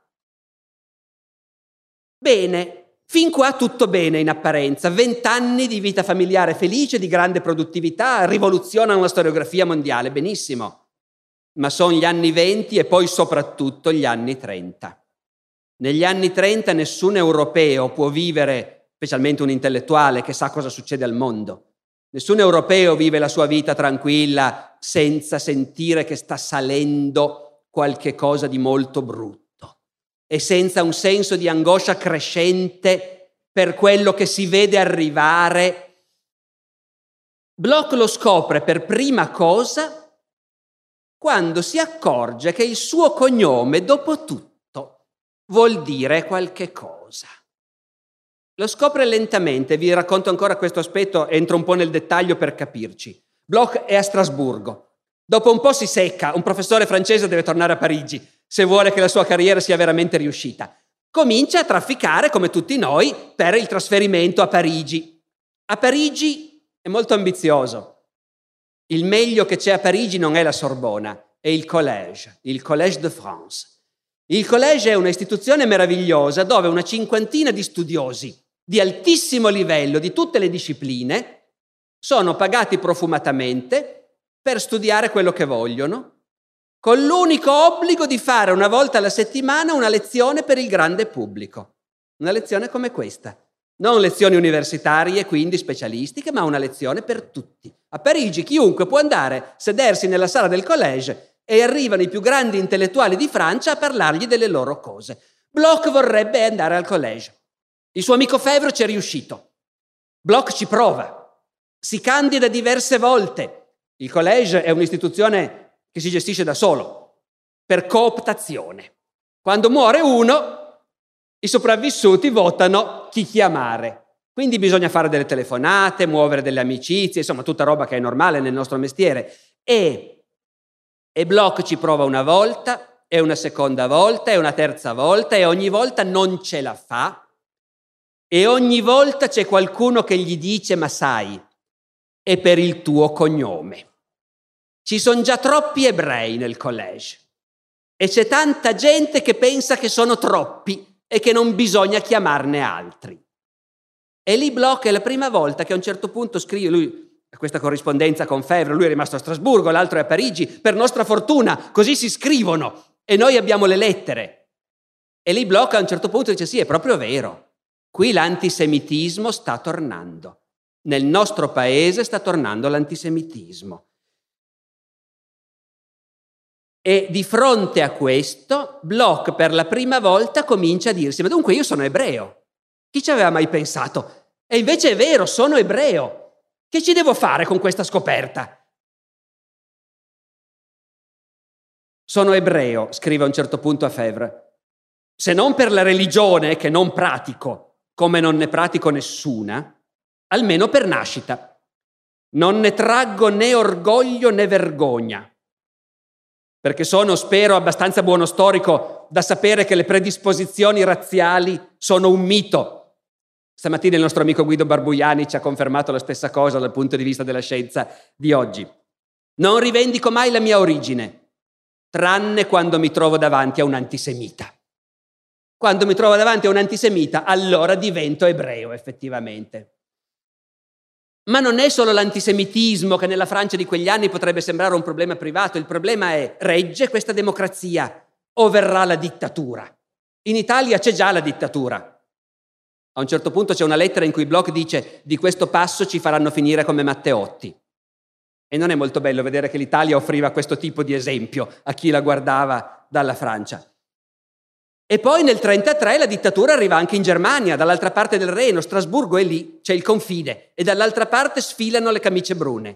Bene. Fin qua tutto bene in apparenza, 20 anni di vita familiare felice, di grande produttività, rivoluzionano la storiografia mondiale, benissimo. Ma sono gli anni 20 e poi soprattutto gli anni 30. Negli anni 30 nessun europeo può vivere, specialmente un intellettuale che sa cosa succede al mondo, nessun europeo vive la sua vita tranquilla senza sentire che sta salendo qualche cosa di molto brutto. E senza un senso di angoscia crescente per quello che si vede arrivare. Bloch lo scopre per prima cosa quando si accorge che il suo cognome, dopo tutto, vuol dire qualche cosa. Lo scopre lentamente, vi racconto ancora questo aspetto, entro un po' nel dettaglio per capirci. Bloch è a Strasburgo. Dopo un po' si secca, un professore francese deve tornare a Parigi se vuole che la sua carriera sia veramente riuscita. Comincia a trafficare, come tutti noi, per il trasferimento a Parigi. A Parigi è molto ambizioso. Il meglio che c'è a Parigi non è la Sorbona, è il Collège de France. Il Collège è una istituzione meravigliosa dove una cinquantina di studiosi di altissimo livello di tutte le discipline sono pagati profumatamente per studiare quello che vogliono, con l'unico obbligo di fare una volta alla settimana una lezione per il grande pubblico. Una lezione come questa. Non lezioni universitarie, quindi specialistiche, ma una lezione per tutti. A Parigi chiunque può andare, sedersi nella sala del collège e arrivano i più grandi intellettuali di Francia a parlargli delle loro cose. Bloch vorrebbe andare al collège. Il suo amico Febvre ci è riuscito. Bloch ci prova. Si candida diverse volte. Il collège è un'istituzione che si gestisce da solo, per cooptazione. Quando muore uno, i sopravvissuti votano chi chiamare. Quindi bisogna fare delle telefonate, muovere delle amicizie, insomma tutta roba che è normale nel nostro mestiere. E Bloch ci prova una volta, e una seconda volta, e una terza volta, e ogni volta non ce la fa. E ogni volta c'è qualcuno che gli dice: ma sai, è per il tuo cognome. Ci sono già troppi ebrei nel collège e c'è tanta gente che pensa che sono troppi e che non bisogna chiamarne altri. E lì Bloch è la prima volta che a un certo punto scrive, lui questa corrispondenza con Febvre, lui è rimasto a Strasburgo, l'altro è a Parigi, per nostra fortuna, così si scrivono e noi abbiamo le lettere. E lì Bloch a un certo punto dice: sì, è proprio vero, qui l'antisemitismo sta tornando, nel nostro paese sta tornando l'antisemitismo. E di fronte a questo, Bloch per la prima volta comincia a dirsi: ma dunque io sono ebreo. Chi ci aveva mai pensato? E invece è vero, sono ebreo. Che ci devo fare con questa scoperta? Sono ebreo, scrive a un certo punto a Febvre, se non per la religione che non pratico, come non ne pratico nessuna, almeno per nascita. Non ne traggo né orgoglio né vergogna, perché sono, spero, abbastanza buono storico da sapere che le predisposizioni razziali sono un mito. Stamattina il nostro amico Guido Barbuiani ci ha confermato la stessa cosa dal punto di vista della scienza di oggi. Non rivendico mai la mia origine, tranne quando mi trovo davanti a un antisemita. Quando mi trovo davanti a un antisemita, allora divento ebreo, effettivamente. Ma non è solo l'antisemitismo che nella Francia di quegli anni potrebbe sembrare un problema privato, il problema è: regge questa democrazia o verrà la dittatura? In Italia c'è già la dittatura. A un certo punto c'è una lettera in cui Bloch dice: di questo passo ci faranno finire come Matteotti. E non è molto bello vedere che l'Italia offriva questo tipo di esempio a chi la guardava dalla Francia. E poi nel 1933 la dittatura arriva anche in Germania, dall'altra parte del Reno, Strasburgo è lì, c'è il confine, e dall'altra parte sfilano le camicie brune.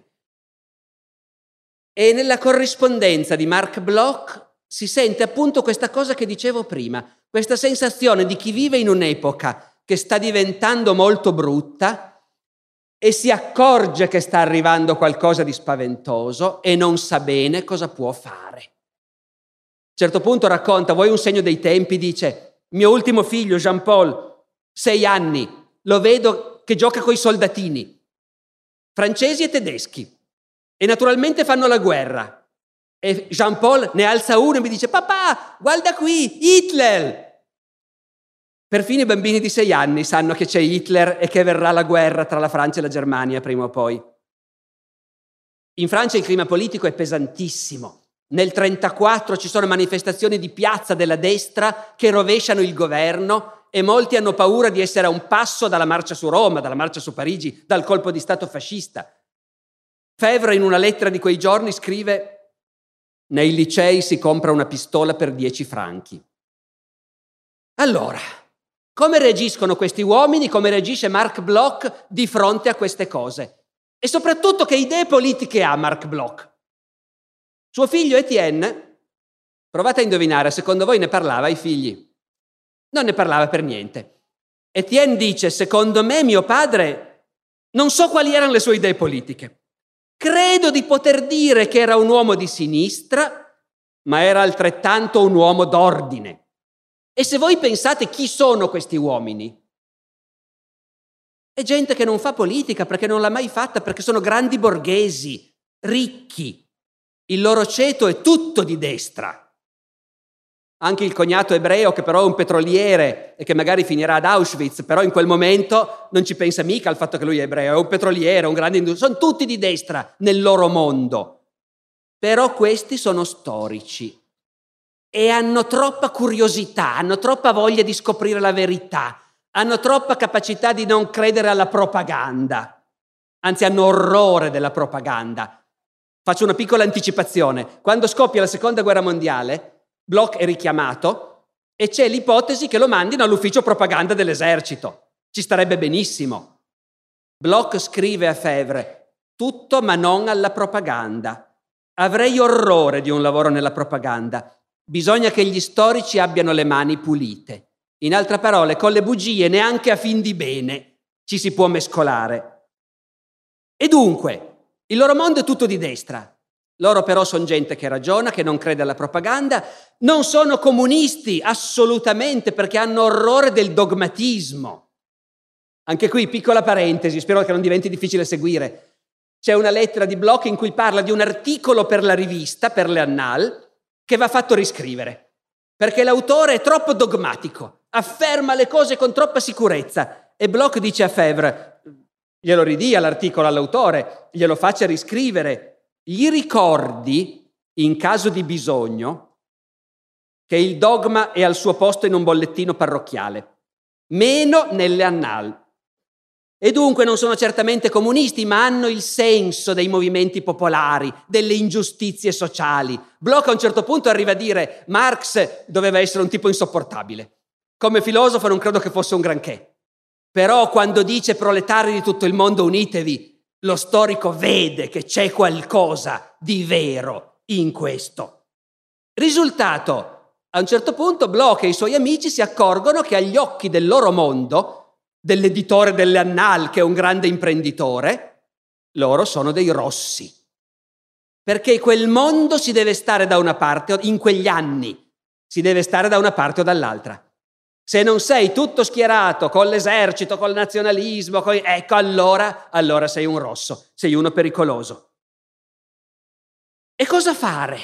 E nella corrispondenza di Marc Bloch si sente appunto questa cosa che dicevo prima, questa sensazione di chi vive in un'epoca che sta diventando molto brutta e si accorge che sta arrivando qualcosa di spaventoso e non sa bene cosa può fare. A un certo punto racconta, vuoi un segno dei tempi? Dice: mio ultimo figlio, Jean-Paul, 6 anni, lo vedo che gioca coi soldatini, francesi e tedeschi, e naturalmente fanno la guerra. E Jean-Paul ne alza uno e mi dice: papà, guarda qui, Hitler! Perfino i bambini di 6 anni sanno che c'è Hitler e che verrà la guerra tra la Francia e la Germania prima o poi. In Francia il clima politico è pesantissimo. Nel 1934 ci sono manifestazioni di piazza della destra che rovesciano il governo e molti hanno paura di essere a un passo dalla marcia su Roma, dalla marcia su Parigi, dal colpo di stato fascista. Febvre in una lettera di quei giorni scrive: nei licei si compra una pistola per 10 franchi. Allora, Come reagiscono questi uomini? Come reagisce Marc Bloch di fronte a queste cose? E soprattutto che idee politiche ha Marc Bloch? Suo figlio Etienne, provate a indovinare, secondo voi ne parlava ai figli? Non ne parlava per niente. Etienne dice, secondo me mio padre, non so quali erano le sue idee politiche. Credo di poter dire che era un uomo di sinistra, ma era altrettanto un uomo d'ordine. E se voi pensate chi sono questi uomini, è gente che non fa politica perché non l'ha mai fatta, perché sono grandi borghesi, ricchi. Il loro ceto è tutto di destra. Anche il cognato ebreo, che però è un petroliere e che magari finirà ad Auschwitz, però in quel momento non ci pensa mica al fatto che lui è ebreo, è un petroliere, un grande industriale, sono tutti di destra nel loro mondo. Però questi sono storici e hanno troppa curiosità, hanno troppa voglia di scoprire la verità, hanno troppa capacità di non credere alla propaganda, anzi hanno orrore della propaganda. Faccio una piccola anticipazione. Quando scoppia la seconda guerra mondiale, Bloch è richiamato e c'è l'ipotesi che lo mandino all'ufficio propaganda dell'esercito. Ci starebbe benissimo. Bloch scrive a Febvre, tutto ma non alla propaganda. Avrei orrore di un lavoro nella propaganda. Bisogna che gli storici abbiano le mani pulite. In altre parole, con le bugie neanche a fin di bene ci si può mescolare. E dunque, il loro mondo è tutto di destra. Loro però sono gente che ragiona, che non crede alla propaganda, non sono comunisti assolutamente perché hanno orrore del dogmatismo. Anche qui, piccola parentesi, spero che non diventi difficile seguire. C'è una lettera di Bloch in cui parla di un articolo per la rivista, per le Annales, che va fatto riscrivere, perché l'autore è troppo dogmatico, afferma le cose con troppa sicurezza. E Bloch dice a Febvre, glielo ridia l'articolo all'autore, glielo faccia riscrivere, gli ricordi, in caso di bisogno, che il dogma è al suo posto in un bollettino parrocchiale, meno nelle Annales. E dunque non sono certamente comunisti, ma hanno il senso dei movimenti popolari, delle ingiustizie sociali. Bloch a un certo punto arriva a dire Marx doveva essere un tipo insopportabile. Come filosofo non credo che fosse un granché. Però quando dice proletari di tutto il mondo unitevi, lo storico vede che c'è qualcosa di vero in questo. Risultato, a un certo punto Bloch e i suoi amici si accorgono che agli occhi del loro mondo, dell'editore delle Annales, che è un grande imprenditore, loro sono dei rossi. Perché quel mondo si deve stare da una parte, in quegli anni, si deve stare da una parte o dall'altra. Se non sei tutto schierato con l'esercito, col nazionalismo, ecco allora sei un rosso, sei uno pericoloso. E cosa fare?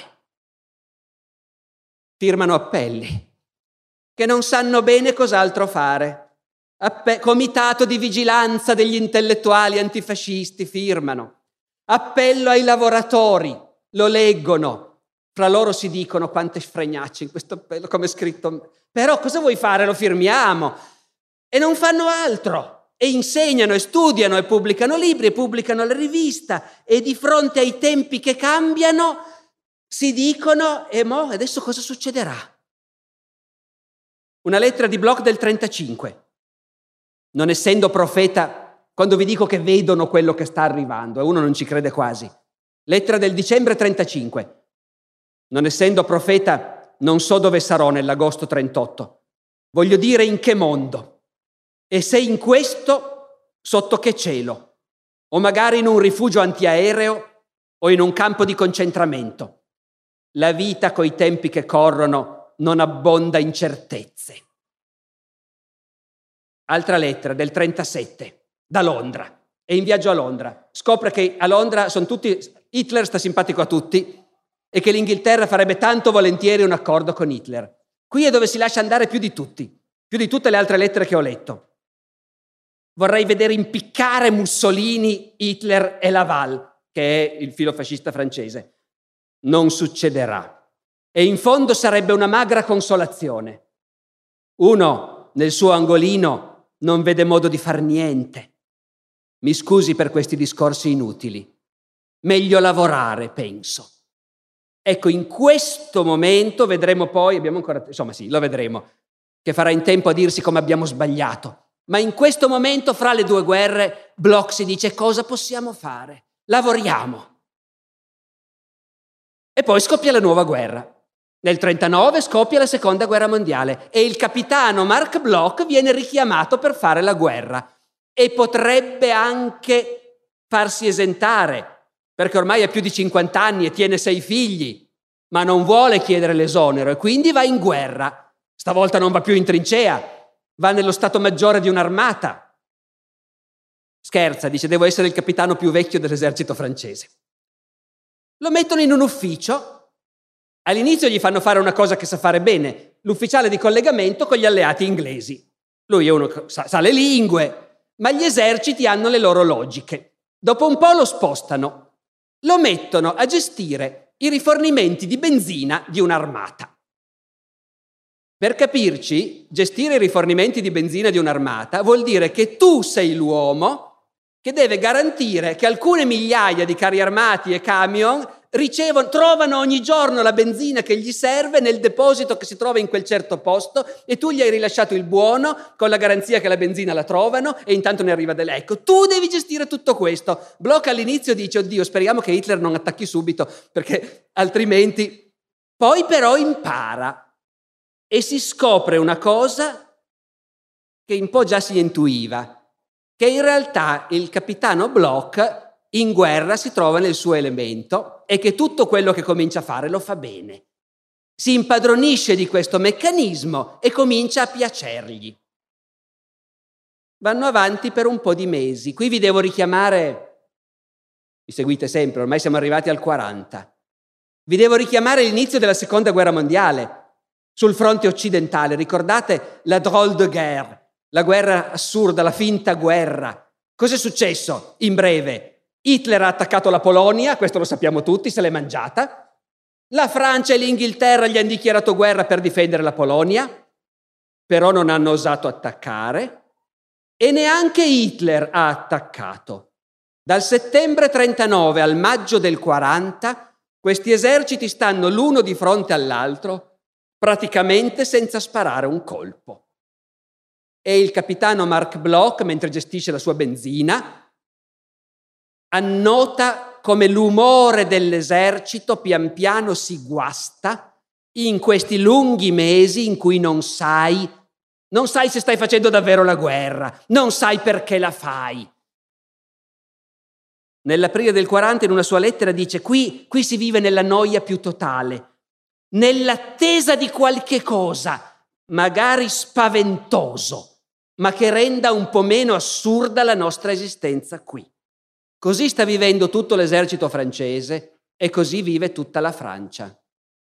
Firmano appelli, che non sanno bene cos'altro fare. Comitato di vigilanza degli intellettuali antifascisti firmano. Appello ai lavoratori, lo leggono. Fra loro si dicono quante sfregnacce in questo appello, come è scritto. Però cosa vuoi fare? Lo firmiamo. E non fanno altro. E insegnano, e studiano, e pubblicano libri, e pubblicano la rivista. E di fronte ai tempi che cambiano si dicono, e adesso cosa succederà? Una lettera di Bloch del 1935. Non essendo profeta, quando vi dico che vedono quello che sta arrivando, e uno non ci crede quasi. Lettera del dicembre 1935. Non essendo profeta, non so dove sarò nell'agosto 1938. Voglio dire in che mondo. E se in questo, sotto che cielo? O magari in un rifugio antiaereo o in un campo di concentramento. La vita coi tempi che corrono non abbonda in certezze. Altra lettera del 1937, da Londra. È in viaggio a Londra. Scopre che a Londra sono tutti, Hitler sta simpatico a tutti e che l'Inghilterra farebbe tanto volentieri un accordo con Hitler. Qui è dove si lascia andare più di tutti, più di tutte le altre lettere che ho letto. Vorrei vedere impiccare Mussolini, Hitler e Laval, che è il filofascista francese. Non succederà. E in fondo sarebbe una magra consolazione. Uno, nel suo angolino, non vede modo di far niente. Mi scusi per questi discorsi inutili. Meglio lavorare, penso. Ecco, in questo momento vedremo poi, abbiamo ancora, insomma sì, lo vedremo. che farà in tempo a dirsi come abbiamo sbagliato. Ma in questo momento, fra le due guerre, Bloch si dice: cosa possiamo fare? Lavoriamo. E poi scoppia la nuova guerra. Nel 1939 scoppia la seconda guerra mondiale e il capitano Marc Bloch viene richiamato per fare la guerra e potrebbe anche farsi esentare, perché ormai ha più di 50 anni e tiene 6 figli, ma non vuole chiedere l'esonero e quindi va in guerra. Stavolta non va più in trincea, va nello stato maggiore di un'armata. Scherza, dice: devo essere il capitano più vecchio dell'esercito francese. Lo mettono in un ufficio. All'inizio gli fanno fare una cosa che sa fare bene, l'ufficiale di collegamento con gli alleati inglesi. Lui è uno che sa le lingue, ma gli eserciti hanno le loro logiche. Dopo un po' lo spostano, lo mettono a gestire i rifornimenti di benzina di un'armata. Per capirci, gestire i rifornimenti di benzina di un'armata vuol dire che tu sei l'uomo che deve garantire che alcune migliaia di carri armati e camion trovano ogni giorno la benzina che gli serve nel deposito che si trova in quel certo posto e tu gli hai rilasciato il buono con la garanzia che la benzina la trovano e intanto ne arriva ecco, tu devi gestire tutto questo. Bloch all'inizio dice: oddio, speriamo che Hitler non attacchi subito perché altrimenti... Poi però impara e si scopre una cosa che un po' già si intuiva, che in realtà il capitano Bloch in guerra si trova nel suo elemento e che tutto quello che comincia a fare lo fa bene. Si impadronisce di questo meccanismo e comincia a piacergli. Vanno avanti per un po' di mesi. Qui vi devo richiamare, mi seguite sempre, ormai siamo arrivati al 40. Vi devo richiamare l'inizio della seconda guerra mondiale sul fronte occidentale. Ricordate la drôle de guerre, la guerra assurda, la finta guerra. Cos'è successo? In breve, Hitler ha attaccato la Polonia, questo lo sappiamo tutti, se l'è mangiata. La Francia e l'Inghilterra gli hanno dichiarato guerra per difendere la Polonia, però non hanno osato attaccare e neanche Hitler ha attaccato. Dal settembre 39 al maggio del 40 questi eserciti stanno l'uno di fronte all'altro, praticamente senza sparare un colpo. E il capitano Marc Bloch, mentre gestisce la sua benzina, annota come l'umore dell'esercito pian piano si guasta in questi lunghi mesi in cui non sai se stai facendo davvero la guerra, non sai perché la fai. Nell'aprile del 40 in una sua lettera dice: qui si vive nella noia più totale, nell'attesa di qualche cosa, magari spaventoso, ma che renda un po' meno assurda la nostra esistenza qui. Così sta vivendo tutto l'esercito francese e così vive tutta la Francia.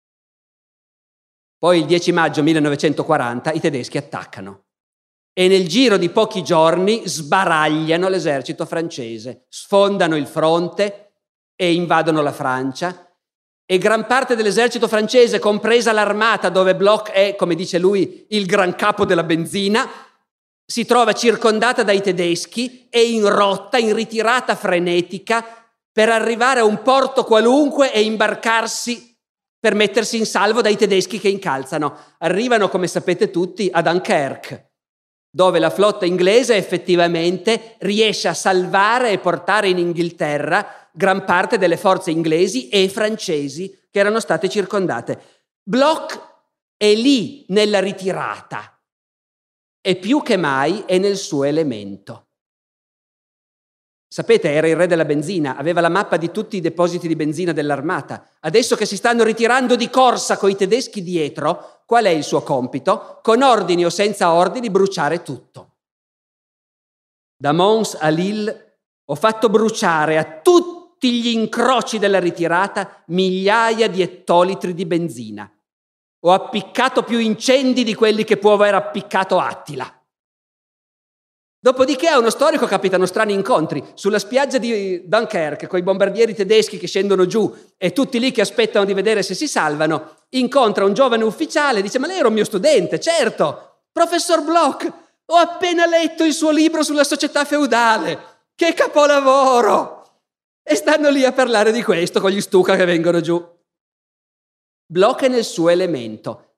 Poi il 10 maggio 1940 i tedeschi attaccano e nel giro di pochi giorni sbaragliano l'esercito francese, sfondano il fronte e invadono la Francia e gran parte dell'esercito francese, compresa l'armata dove Bloch è, come dice lui, il gran capo della benzina, si trova circondata dai tedeschi e in rotta, in ritirata frenetica per arrivare a un porto qualunque e imbarcarsi per mettersi in salvo dai tedeschi che incalzano. Arrivano, come sapete tutti, a Dunkerque, dove la flotta inglese effettivamente riesce a salvare e portare in Inghilterra gran parte delle forze inglesi e francesi che erano state circondate. Bloch è lì nella ritirata e più che mai è nel suo elemento. Sapete, era il re della benzina, aveva la mappa di tutti i depositi di benzina dell'armata. Adesso che si stanno ritirando di corsa coi tedeschi dietro, qual è il suo compito? Con ordini o senza ordini bruciare tutto. Da Mons a Lille ho fatto bruciare a tutti gli incroci della ritirata migliaia di ettolitri di benzina. Ho appiccato più incendi di quelli che può aver appiccato Attila. Dopodiché a uno storico capitano strani incontri. Sulla spiaggia di Dunkerque, con i bombardieri tedeschi che scendono giù e tutti lì che aspettano di vedere se si salvano, incontra un giovane ufficiale, dice: ma lei era un mio studente, certo, professor Bloch, ho appena letto il suo libro sulla società feudale, che capolavoro! E stanno lì a parlare di questo con gli Stuka che vengono giù. Bloch è nel suo elemento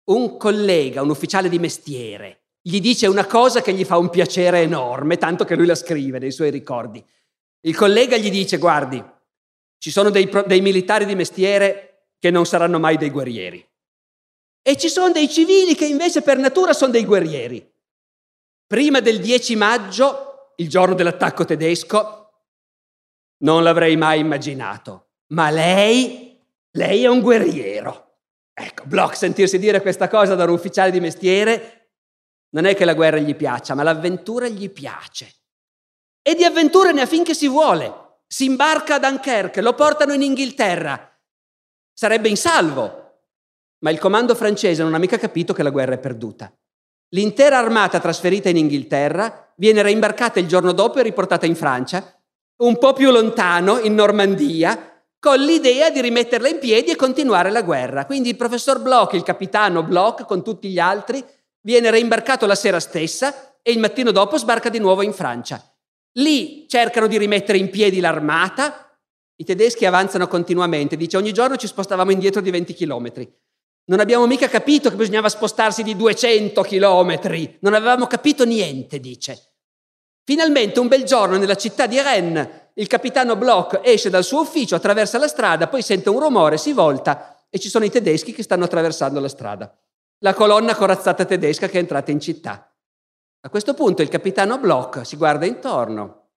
un collega, un ufficiale di mestiere, gli dice una cosa che gli fa un piacere enorme, tanto che lui la scrive nei suoi ricordi. Il collega gli dice: guardi, ci sono dei militari di mestiere che non saranno mai dei guerrieri. E ci sono dei civili che invece per natura sono dei guerrieri. Prima del 10 maggio, il giorno dell'attacco tedesco, non l'avrei mai immaginato, ma lei è un guerriero. Ecco, Bloch sentirsi dire questa cosa da un ufficiale di mestiere, non è che la guerra gli piaccia, ma l'avventura gli piace. E di avventure ne ha finché si vuole. Si imbarca a Dunkerque, lo portano in Inghilterra. Sarebbe in salvo. Ma il comando francese non ha mica capito che la guerra è perduta. L'intera armata trasferita in Inghilterra viene reimbarcata il giorno dopo e riportata in Francia, un po' più lontano, in Normandia, con l'idea di rimetterla in piedi e continuare la guerra. Quindi il professor Bloch, il capitano Bloch, con tutti gli altri, viene reimbarcato la sera stessa e il mattino dopo sbarca di nuovo in Francia. Lì cercano di rimettere in piedi l'armata, i tedeschi avanzano continuamente, dice ogni giorno ci spostavamo indietro di 20 chilometri. Non abbiamo mica capito che bisognava spostarsi di 200 chilometri, non avevamo capito niente, dice. Finalmente un bel giorno nella città di Rennes il capitano Bloch esce dal suo ufficio, attraversa la strada, poi sente un rumore, si volta e ci sono i tedeschi che stanno attraversando la strada. La colonna corazzata tedesca che è entrata in città. A questo punto il capitano Bloch si guarda intorno,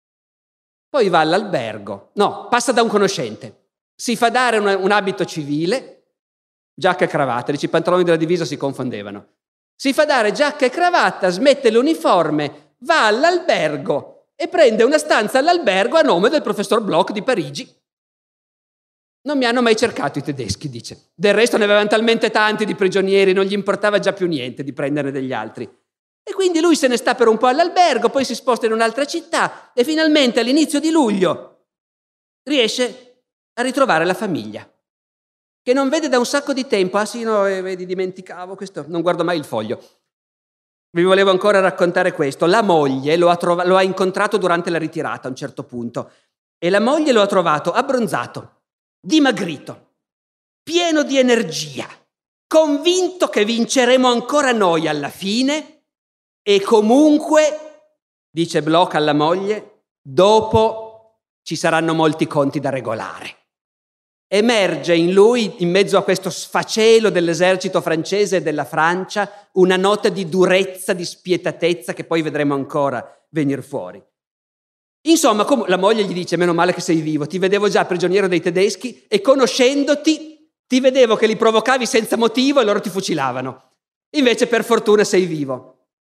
poi va all'albergo, passa da un conoscente, si fa dare un abito civile, giacca e cravatta, dice i pantaloni della divisa si confondevano. Si fa dare giacca e cravatta, smette l'uniforme, va all'albergo e prende una stanza all'albergo a nome del professor Bloch di Parigi. Non mi hanno mai cercato i tedeschi, dice. Del resto ne avevano talmente tanti di prigionieri, non gli importava già più niente di prenderne degli altri. E quindi lui se ne sta per un po' all'albergo, poi si sposta in un'altra città e finalmente all'inizio di luglio riesce a ritrovare la famiglia, che non vede da un sacco di tempo. Ah sì, no, vedi, dimenticavo questo, non guardo mai il foglio. Vi volevo ancora raccontare questo. La moglie lo ha incontrato durante la ritirata a un certo punto e la moglie lo ha trovato abbronzato, dimagrito, pieno di energia, convinto che vinceremo ancora noi alla fine e comunque, dice Bloch alla moglie, dopo ci saranno molti conti da regolare. Emerge in lui, in mezzo a questo sfacelo dell'esercito francese e della Francia, una nota di durezza, di spietatezza che poi vedremo ancora venire fuori. Insomma, la moglie gli dice: meno male che sei vivo, ti vedevo già prigioniero dei tedeschi e conoscendoti ti vedevo che li provocavi senza motivo e loro ti fucilavano. Invece per fortuna sei vivo.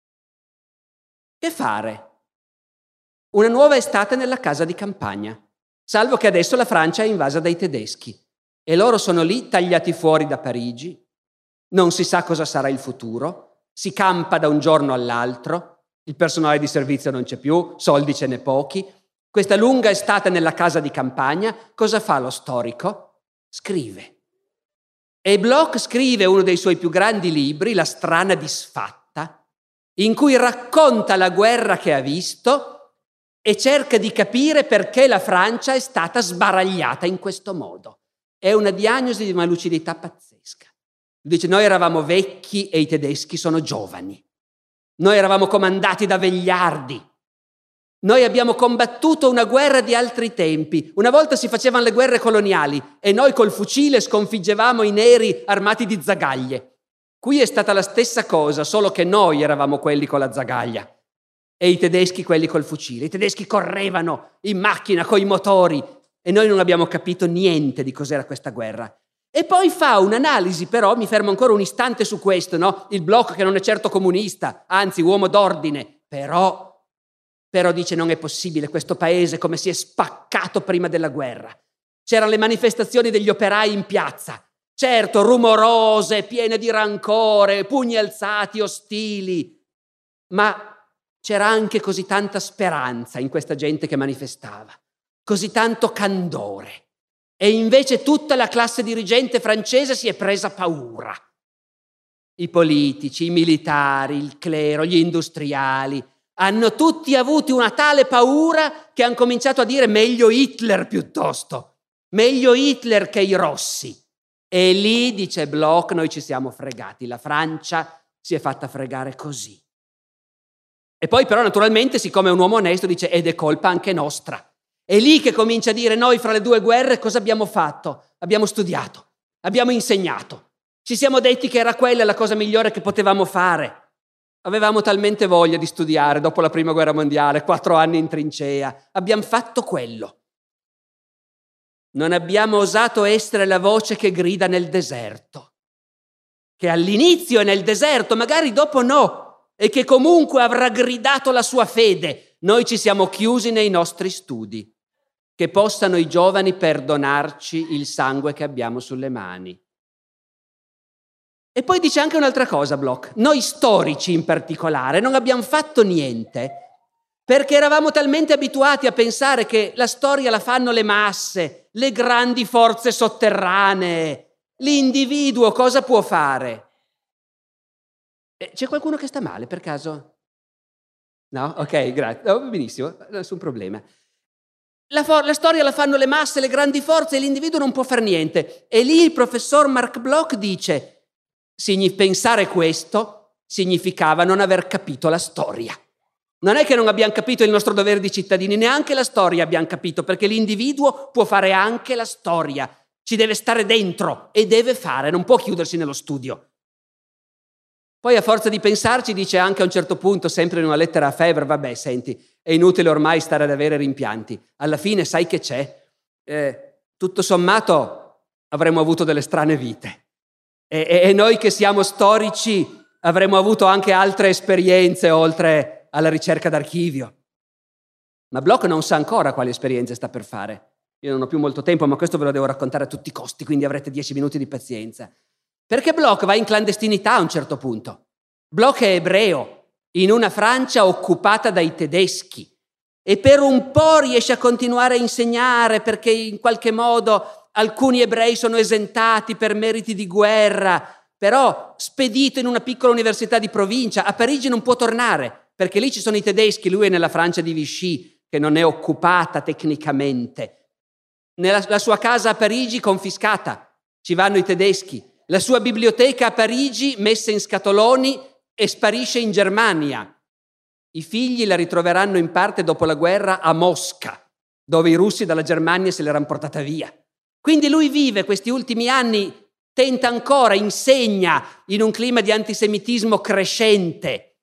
Che fare? Una nuova estate nella casa di campagna, salvo che adesso la Francia è invasa dai tedeschi e loro sono lì tagliati fuori da Parigi, non si sa cosa sarà il futuro, si campa da un giorno all'altro, il personale di servizio non c'è più, soldi ce n'è pochi. Questa lunga estate nella casa di campagna, cosa fa lo storico? Scrive. E Bloch scrive uno dei suoi più grandi libri, La strana disfatta, in cui racconta la guerra che ha visto e cerca di capire perché la Francia è stata sbaragliata in questo modo. È una diagnosi di una lucidità pazzesca. Dice: noi eravamo vecchi e i tedeschi sono giovani. Noi eravamo comandati da vegliardi. Noi abbiamo combattuto una guerra di altri tempi. Una volta si facevano le guerre coloniali e noi col fucile sconfiggevamo i neri armati di zagaglie. Qui è stata la stessa cosa, solo che noi eravamo quelli con la zagaglia e i tedeschi quelli col fucile. I tedeschi correvano in macchina coi motori e noi non abbiamo capito niente di cos'era questa guerra. E poi fa un'analisi, però mi fermo ancora un istante su questo, no? Il Bloch che non è certo comunista, anzi uomo d'ordine, però dice: non è possibile questo paese come si è spaccato prima della guerra. C'erano le manifestazioni degli operai in piazza, certo rumorose, piene di rancore, pugni alzati, ostili, ma c'era anche così tanta speranza in questa gente che manifestava, così tanto candore. E invece tutta la classe dirigente francese si è presa paura. I politici, i militari, il clero, gli industriali hanno tutti avuto una tale paura che hanno cominciato a dire: meglio Hitler piuttosto, meglio Hitler che i rossi. E lì, dice Bloch, noi ci siamo fregati, la Francia si è fatta fregare così. E poi però naturalmente, siccome è un uomo onesto, dice ed è colpa anche nostra. È lì che comincia a dire noi fra le due guerre cosa abbiamo fatto? Abbiamo studiato, abbiamo insegnato, ci siamo detti che era quella la cosa migliore che potevamo fare. Avevamo talmente voglia di studiare dopo la prima guerra mondiale, 4 anni in trincea, abbiamo fatto quello. Non abbiamo osato essere la voce che grida nel deserto, che all'inizio è nel deserto, magari dopo no, e che comunque avrà gridato la sua fede. Noi ci siamo chiusi nei nostri studi, che possano i giovani perdonarci il sangue che abbiamo sulle mani. E poi dice anche un'altra cosa Bloch, noi storici in particolare non abbiamo fatto niente perché eravamo talmente abituati a pensare che la storia la fanno le masse, le grandi forze sotterranee, l'individuo cosa può fare? C'è qualcuno che sta male per caso? No? Ok, grazie. No, benissimo, nessun problema. La storia la fanno le masse, le grandi forze e l'individuo non può fare niente. E lì il professor Marc Bloch dice pensare questo significava non aver capito la storia. Non è che non abbiamo capito il nostro dovere di cittadini, neanche la storia abbiamo capito, perché l'individuo può fare anche la storia, ci deve stare dentro e deve fare, non può chiudersi nello studio. Poi a forza di pensarci dice anche a un certo punto, sempre in una lettera a Febvre, vabbè senti, è inutile ormai stare ad avere rimpianti, alla fine sai che c'è? Tutto sommato avremmo avuto delle strane vite. E noi che siamo storici avremmo avuto anche altre esperienze oltre alla ricerca d'archivio. Ma Bloch non sa ancora quali esperienze sta per fare. Io non ho più molto tempo, ma questo ve lo devo raccontare a tutti i costi, quindi avrete 10 minuti di pazienza. Perché Bloch va in clandestinità a un certo punto. Bloch è ebreo, in una Francia occupata dai tedeschi, e per un po' riesce a continuare a insegnare perché in qualche modo alcuni ebrei sono esentati per meriti di guerra, però spedito in una piccola università di provincia, a Parigi non può tornare, perché lì ci sono i tedeschi, lui è nella Francia di Vichy, che non è occupata tecnicamente. La sua casa a Parigi confiscata, ci vanno i tedeschi. La sua biblioteca a Parigi messa in scatoloni e sparisce in Germania. I figli la ritroveranno in parte dopo la guerra a Mosca, dove i russi dalla Germania se l'erano portata via. Quindi lui vive questi ultimi anni, tenta ancora, insegna in un clima di antisemitismo crescente.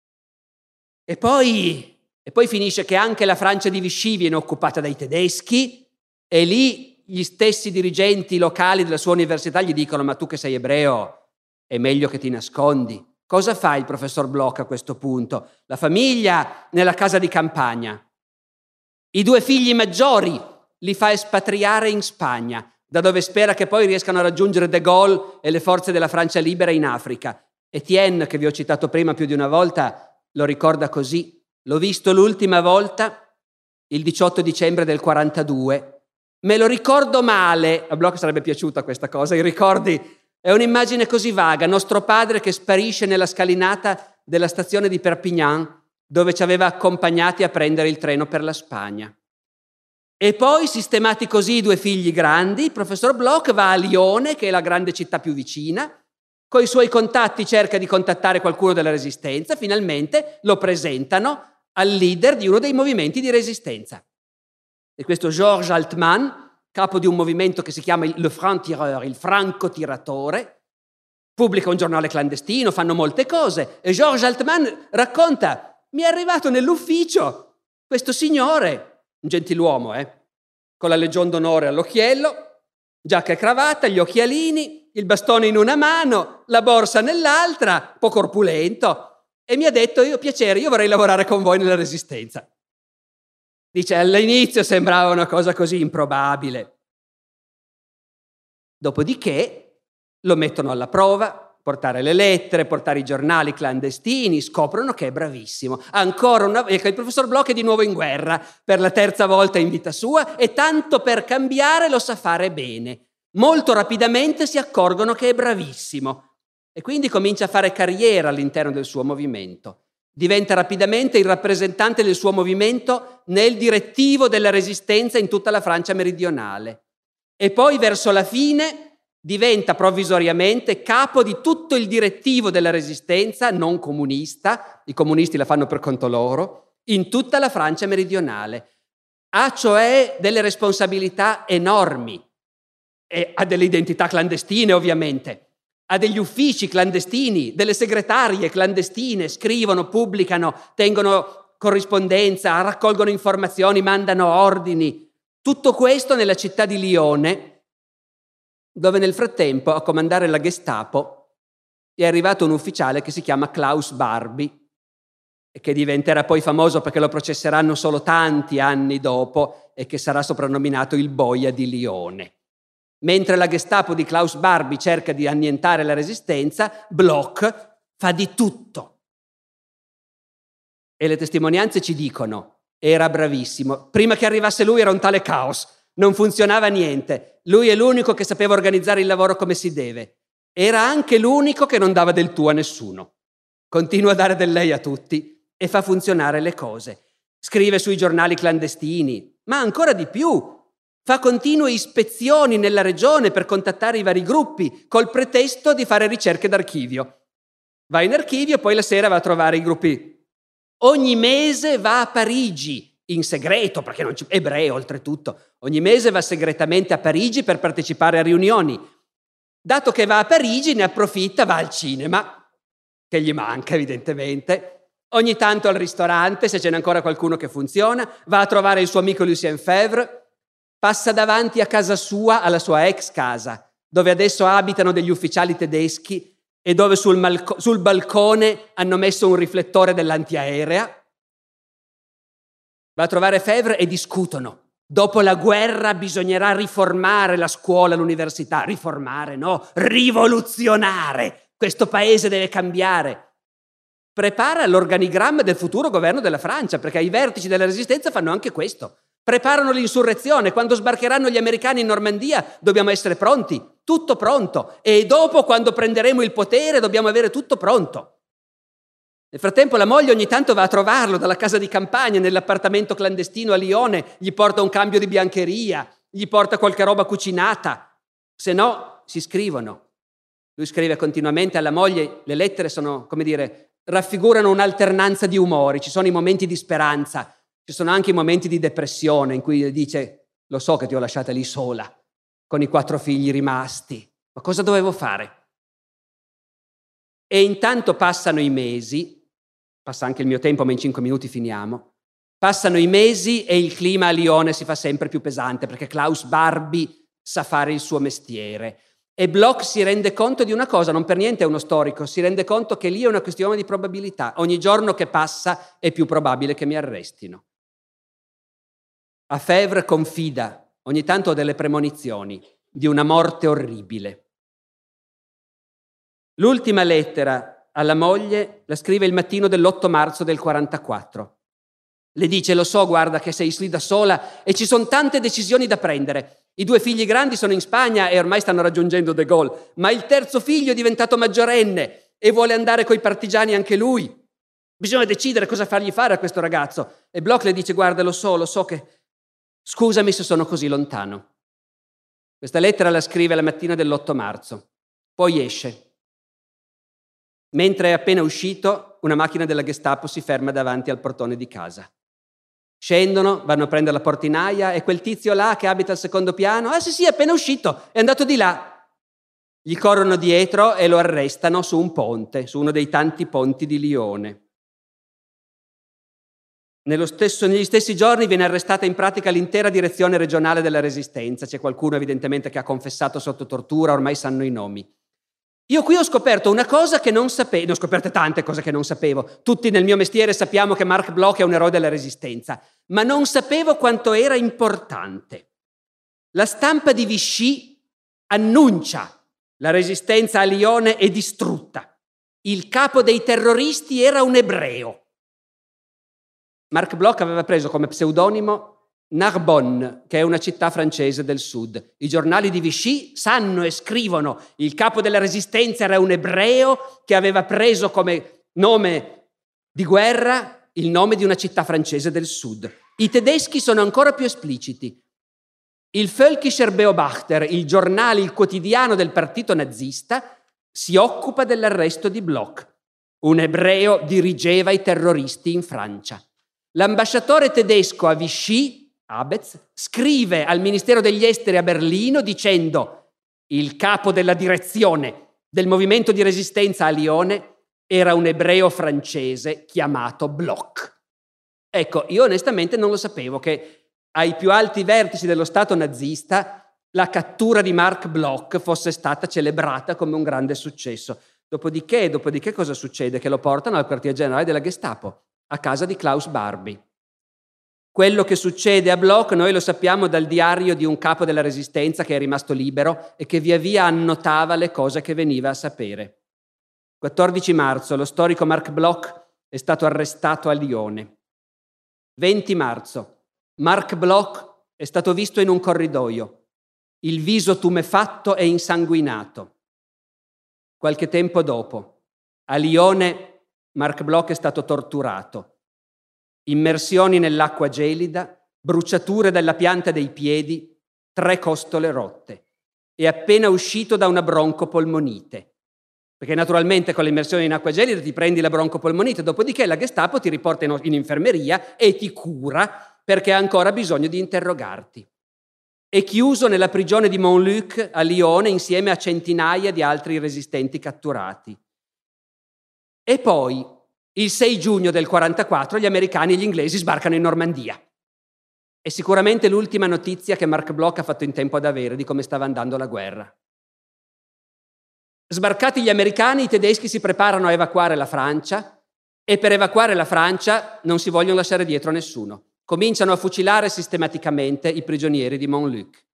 E poi finisce che anche la Francia di Vichy viene occupata dai tedeschi e lì gli stessi dirigenti locali della sua università gli dicono ma tu che sei ebreo è meglio che ti nascondi. Cosa fa il professor Bloch a questo punto? La famiglia nella casa di campagna. I 2 figli maggiori li fa espatriare in Spagna, da dove spera che poi riescano a raggiungere De Gaulle e le forze della Francia libera in Africa. Etienne, che vi ho citato prima più di una volta, lo ricorda così. L'ho visto l'ultima volta il 18 dicembre del 42. Me lo ricordo male. A Bloch sarebbe piaciuta questa cosa. I ricordi è un'immagine così vaga. Nostro padre che sparisce nella scalinata della stazione di Perpignan, dove ci aveva accompagnati a prendere il treno per la Spagna. E poi, sistemati così i 2 figli grandi, il professor Bloch va a Lione, che è la grande città più vicina, coi suoi contatti cerca di contattare qualcuno della Resistenza, finalmente lo presentano al leader di uno dei movimenti di resistenza. E questo Georges Altman, capo di un movimento che si chiama Le Franc-Tireur, il francotiratore, pubblica un giornale clandestino, fanno molte cose, e Georges Altman racconta: mi è arrivato nell'ufficio questo signore, un gentiluomo, con la Legion d'Onore all'occhiello, giacca e cravatta, gli occhialini, il bastone in una mano, la borsa nell'altra, un po' corpulento, e mi ha detto: piacere, io vorrei lavorare con voi nella Resistenza. Dice, all'inizio sembrava una cosa così improbabile. Dopodiché lo mettono alla prova, portare le lettere, portare i giornali clandestini, scoprono che è bravissimo. Ancora una volta, il professor Bloch è di nuovo in guerra, per la 3ª volta in vita sua, e tanto per cambiare lo sa fare bene. Molto rapidamente si accorgono che è bravissimo e quindi comincia a fare carriera all'interno del suo movimento. Diventa rapidamente il rappresentante del suo movimento nel direttivo della resistenza in tutta la Francia meridionale. E poi verso la fine diventa provvisoriamente capo di tutto il direttivo della resistenza non comunista, i comunisti la fanno per conto loro, in tutta la Francia meridionale. Ha cioè delle responsabilità enormi e ha delle identità clandestine ovviamente, ha degli uffici clandestini, delle segretarie clandestine, scrivono, pubblicano, tengono corrispondenza, raccolgono informazioni, mandano ordini. Tutto questo nella città di Lione, dove nel frattempo a comandare la Gestapo è arrivato un ufficiale che si chiama Klaus Barbie e che diventerà poi famoso perché lo processeranno solo tanti anni dopo e che sarà soprannominato il boia di Lione. Mentre la Gestapo di Klaus Barbie cerca di annientare la resistenza, Bloch fa di tutto. E le testimonianze ci dicono: era bravissimo. Prima che arrivasse lui era un tale caos, non funzionava niente. Lui è l'unico che sapeva organizzare il lavoro come si deve. Era anche l'unico che non dava del tu a nessuno. Continua a dare del lei a tutti e fa funzionare le cose. Scrive sui giornali clandestini, ma ancora di più. Fa continue ispezioni nella regione per contattare i vari gruppi, col pretesto di fare ricerche d'archivio. Va in archivio, poi la sera va a trovare i gruppi. Ogni mese va a Parigi, in segreto, perché non c'è ebreo oltretutto. Ogni mese va segretamente a Parigi per partecipare a riunioni. Dato che va a Parigi, ne approfitta, va al cinema, che gli manca evidentemente, ogni tanto al ristorante, se ce n'è ancora qualcuno che funziona, va a trovare il suo amico Lucien Febvre, passa davanti a casa sua, alla sua ex casa, dove adesso abitano degli ufficiali tedeschi e dove sul balcone hanno messo un riflettore dell'antiaerea. Va a trovare Febvre e discutono. Dopo la guerra bisognerà riformare la scuola, l'università. Riformare, no, rivoluzionare. Questo paese deve cambiare. Prepara l'organigramma del futuro governo della Francia, perché i vertici della resistenza fanno anche questo. Preparano l'insurrezione. Quando sbarcheranno gli americani in Normandia dobbiamo essere pronti, tutto pronto. E dopo, quando prenderemo il potere, dobbiamo avere tutto pronto. Nel frattempo la moglie ogni tanto va a trovarlo dalla casa di campagna, nell'appartamento clandestino a Lione, gli porta un cambio di biancheria, gli porta qualche roba cucinata, se no si scrivono. Lui scrive continuamente alla moglie, le lettere sono, come dire, raffigurano un'alternanza di umori, ci sono i momenti di speranza, ci sono anche i momenti di depressione in cui dice: lo so che ti ho lasciata lì sola, con i 4 figli rimasti, ma cosa dovevo fare? E intanto passano i mesi, passa anche il mio tempo, ma in 5 minuti finiamo. Passano i mesi e il clima a Lione si fa sempre più pesante perché Klaus Barbie sa fare il suo mestiere. E Bloch si rende conto di una cosa, non per niente è uno storico, si rende conto che lì è una questione di probabilità. Ogni giorno che passa è più probabile che mi arrestino. A Febvre confida, ogni tanto ho delle premonizioni, di una morte orribile. L'ultima lettera alla moglie la scrive il mattino dell'8 marzo del 44. Le dice: lo so, guarda che sei lì da sola e ci sono tante decisioni da prendere. I 2 figli grandi sono in Spagna e ormai stanno raggiungendo De Gaulle, ma il terzo figlio è diventato maggiorenne e vuole andare coi partigiani anche lui. Bisogna decidere cosa fargli fare a questo ragazzo. E Bloch le dice: guarda, lo so che... Scusami se sono così lontano. Questa lettera la scrive la mattina dell'8 marzo. Poi esce. Mentre è appena uscito, una macchina della Gestapo si ferma davanti al portone di casa. Scendono, vanno a prendere la portinaia e quel tizio là che abita al secondo piano, sì, è appena uscito, è andato di là. Gli corrono dietro e lo arrestano su un ponte, su uno dei tanti ponti di Lione. Negli stessi giorni viene arrestata in pratica l'intera direzione regionale della Resistenza. C'è qualcuno evidentemente che ha confessato sotto tortura, ormai sanno i nomi. Io qui ho scoperto una cosa che non sapevo, ne ho scoperte tante cose che non sapevo. Tutti nel mio mestiere sappiamo che Marc Bloch è un eroe della Resistenza, ma non sapevo quanto era importante. La stampa di Vichy annuncia: la Resistenza a Lione è distrutta. Il capo dei terroristi era un ebreo. Marc Bloch aveva preso come pseudonimo Narbonne, che è una città francese del sud. I giornali di Vichy sanno e scrivono: il capo della resistenza era un ebreo che aveva preso come nome di guerra il nome di una città francese del sud. I tedeschi sono ancora più espliciti. Il Völkischer Beobachter, il giornale, il quotidiano del partito nazista, si occupa dell'arresto di Bloch. Un ebreo dirigeva i terroristi in Francia. L'ambasciatore tedesco a Vichy, Abetz, scrive al Ministero degli Esteri a Berlino dicendo: il capo della direzione del movimento di resistenza a Lione era un ebreo francese chiamato Bloch. Ecco, io onestamente non lo sapevo che ai più alti vertici dello Stato nazista la cattura di Marc Bloch fosse stata celebrata come un grande successo. Dopodiché cosa succede? Che lo portano al quartier generale della Gestapo, a casa di Klaus Barbie. Quello che succede a Bloch noi lo sappiamo dal diario di un capo della Resistenza che è rimasto libero e che via via annotava le cose che veniva a sapere. 14 marzo lo storico Marc Bloch è stato arrestato a Lione. 20 marzo Marc Bloch è stato visto in un corridoio, il viso tumefatto e insanguinato. Qualche tempo dopo, a Lione, Marc Bloch è stato torturato. Immersioni nell'acqua gelida, bruciature dalla pianta dei piedi, 3 costole rotte. È appena uscito da una broncopolmonite. Perché naturalmente con le immersioni in acqua gelida ti prendi la broncopolmonite, dopodiché la Gestapo ti riporta in infermeria e ti cura perché ha ancora bisogno di interrogarti. È chiuso nella prigione di Montluc a Lione insieme a centinaia di altri resistenti catturati. E poi, il 6 giugno del 1944, gli americani e gli inglesi sbarcano in Normandia. È sicuramente l'ultima notizia che Marc Bloch ha fatto in tempo ad avere di come stava andando la guerra. Sbarcati gli americani, i tedeschi si preparano a evacuare la Francia e per evacuare la Francia non si vogliono lasciare dietro nessuno. Cominciano a fucilare sistematicamente i prigionieri di Montluc.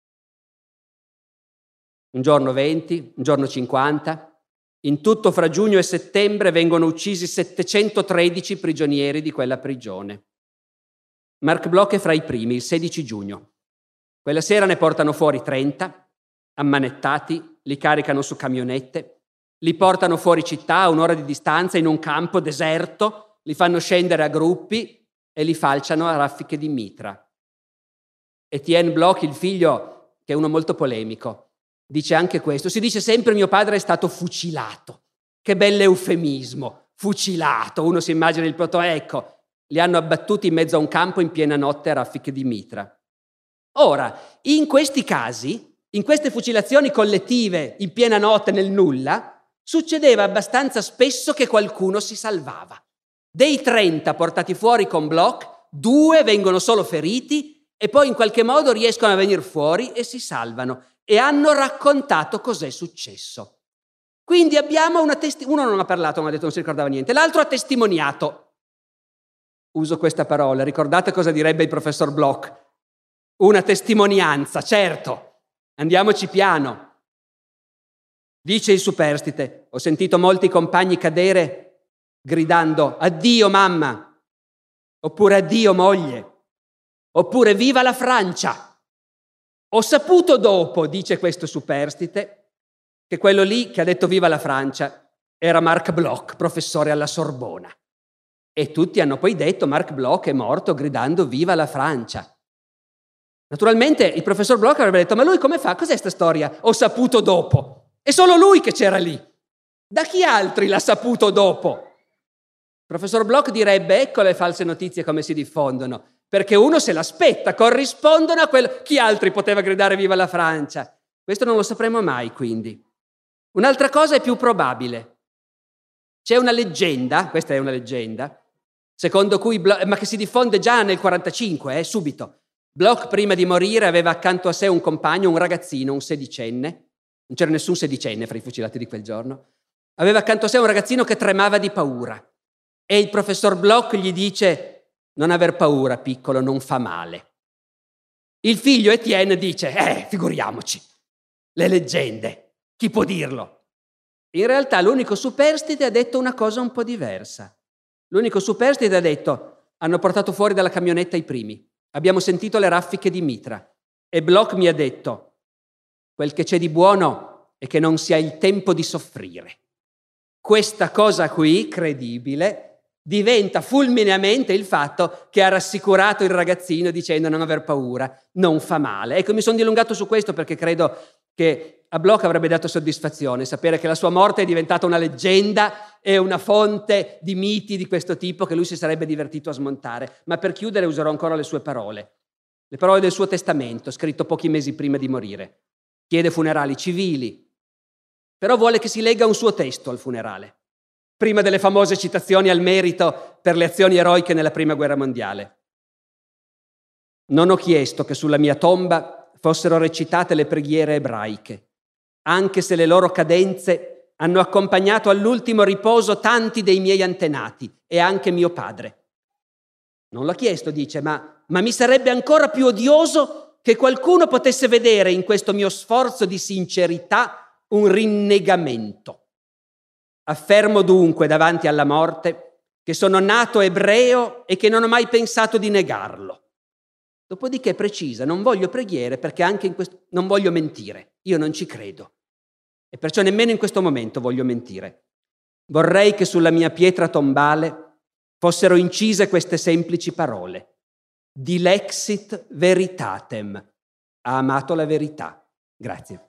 Un giorno 20, un giorno 50. In tutto fra giugno e settembre vengono uccisi 713 prigionieri di quella prigione. Marc Bloch è fra i primi, il 16 giugno. Quella sera ne portano fuori 30, ammanettati, li caricano su camionette, li portano fuori città a un'ora di distanza in un campo deserto, li fanno scendere a gruppi e li falciano a raffiche di mitra. Etienne Bloch, il figlio, che è uno molto polemico, dice anche questo. Si dice sempre mio padre è stato fucilato. Che bell'eufemismo, fucilato. Uno si immagina il ecco, li hanno abbattuti in mezzo a un campo in piena notte a raffiche di mitra. Ora, in questi casi, in queste fucilazioni collettive in piena notte nel nulla, succedeva abbastanza spesso che qualcuno si salvava. Dei 30 portati fuori con Bloch, 2 vengono solo feriti e poi in qualche modo riescono a venire fuori e si salvano e hanno raccontato cos'è successo. Quindi abbiamo uno non ha parlato, ma ha detto non si ricordava niente, l'altro ha testimoniato. Uso questa parola, ricordate cosa direbbe il professor Bloch? Una testimonianza, certo, andiamoci piano. Dice il superstite, ho sentito molti compagni cadere gridando addio mamma, oppure addio moglie, oppure viva la Francia. Ho saputo dopo, dice questo superstite, che quello lì che ha detto viva la Francia era Marc Bloch, professore alla Sorbona. E tutti hanno poi detto Marc Bloch è morto gridando viva la Francia. Naturalmente il professor Bloch avrebbe detto ma lui come fa? Cos'è sta storia? Ho saputo dopo. È solo lui che c'era lì. Da chi altri l'ha saputo dopo? Il professor Bloch direbbe ecco le false notizie come si diffondono, perché uno se l'aspetta, corrispondono a quello. Chi altri poteva gridare viva la Francia? Questo non lo sapremo mai, quindi. Un'altra cosa è più probabile. C'è una leggenda, questa è una leggenda, secondo cui ma che si diffonde già nel 1945, subito. Bloch prima di morire aveva accanto a sé un compagno, un ragazzino, un sedicenne, non c'era nessun sedicenne fra i fucilati di quel giorno, aveva accanto a sé un ragazzino che tremava di paura. E il professor Bloch gli dice non aver paura, piccolo, non fa male. Il figlio Etienne dice figuriamoci, le leggende, chi può dirlo? In realtà l'unico superstite ha detto una cosa un po' diversa. L'unico superstite ha detto hanno portato fuori dalla camionetta i primi, abbiamo sentito le raffiche di mitra e Bloch mi ha detto quel che c'è di buono è che non si ha il tempo di soffrire. Questa cosa qui, credibile, diventa fulmineamente il fatto che ha rassicurato il ragazzino dicendo non aver paura, non fa male. Ecco, mi sono dilungato su questo perché credo che a Bloch avrebbe dato soddisfazione sapere che la sua morte è diventata una leggenda e una fonte di miti di questo tipo che lui si sarebbe divertito a smontare. Ma per chiudere userò ancora le sue parole, le parole del suo testamento, scritto pochi mesi prima di morire. Chiede funerali civili, però vuole che si legga un suo testo al funerale, prima delle famose citazioni al merito per le azioni eroiche nella Prima Guerra Mondiale. Non ho chiesto che sulla mia tomba fossero recitate le preghiere ebraiche, anche se le loro cadenze hanno accompagnato all'ultimo riposo tanti dei miei antenati e anche mio padre. Non l'ho chiesto, dice, ma mi sarebbe ancora più odioso che qualcuno potesse vedere in questo mio sforzo di sincerità un rinnegamento. Affermo dunque davanti alla morte che sono nato ebreo e che non ho mai pensato di negarlo. Dopodiché precisa, non voglio preghiere perché anche in questo non voglio mentire, io non ci credo. E perciò nemmeno in questo momento voglio mentire. Vorrei che sulla mia pietra tombale fossero incise queste semplici parole. Dilexit veritatem. Ha amato la verità. Grazie.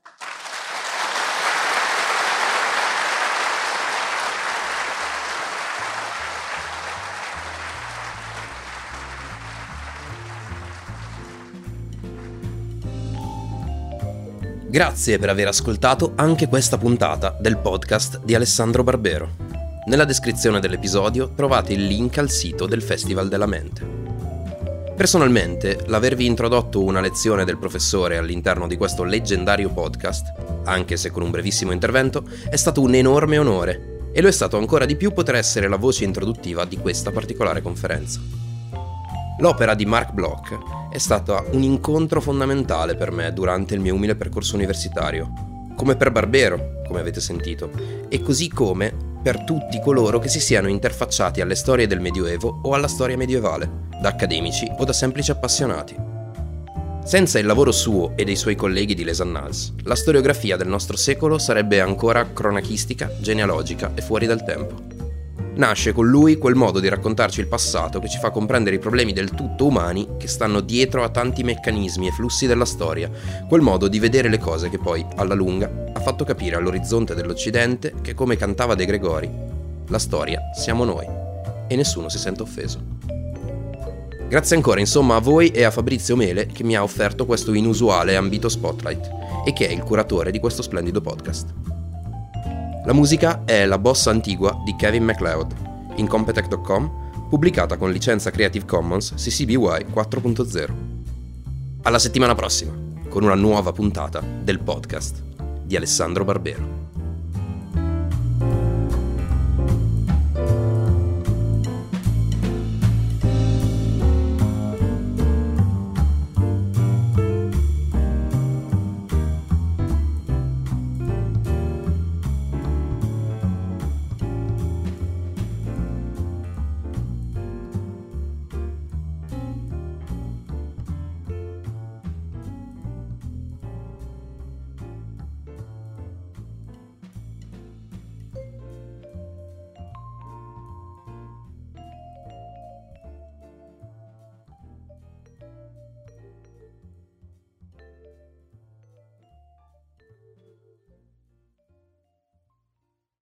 Grazie per aver ascoltato anche questa puntata del podcast di Alessandro Barbero. Nella descrizione dell'episodio trovate il link al sito del Festival della Mente. Personalmente, l'avervi introdotto una lezione del professore all'interno di questo leggendario podcast, anche se con un brevissimo intervento, è stato un enorme onore e lo è stato ancora di più poter essere la voce introduttiva di questa particolare conferenza. L'opera di Marc Bloch è stata un incontro fondamentale per me durante il mio umile percorso universitario, come per Barbero, come avete sentito, e così come per tutti coloro che si siano interfacciati alle storie del Medioevo o alla storia medievale, da accademici o da semplici appassionati. Senza il lavoro suo e dei suoi colleghi di Les Annales, la storiografia del nostro secolo sarebbe ancora cronachistica, genealogica e fuori dal tempo. Nasce con lui quel modo di raccontarci il passato che ci fa comprendere i problemi del tutto umani che stanno dietro a tanti meccanismi e flussi della storia, quel modo di vedere le cose che poi, alla lunga, ha fatto capire all'orizzonte dell'Occidente che, come cantava De Gregori, la storia siamo noi e nessuno si sente offeso. Grazie ancora insomma a voi e a Fabrizio Mele che mi ha offerto questo inusuale e ambito spotlight e che è il curatore di questo splendido podcast. La musica è La Bossa Antigua di Kevin MacLeod, in Competech.com, pubblicata con licenza Creative Commons CC BY 4.0. Alla settimana prossima, con una nuova puntata del podcast di Alessandro Barbero.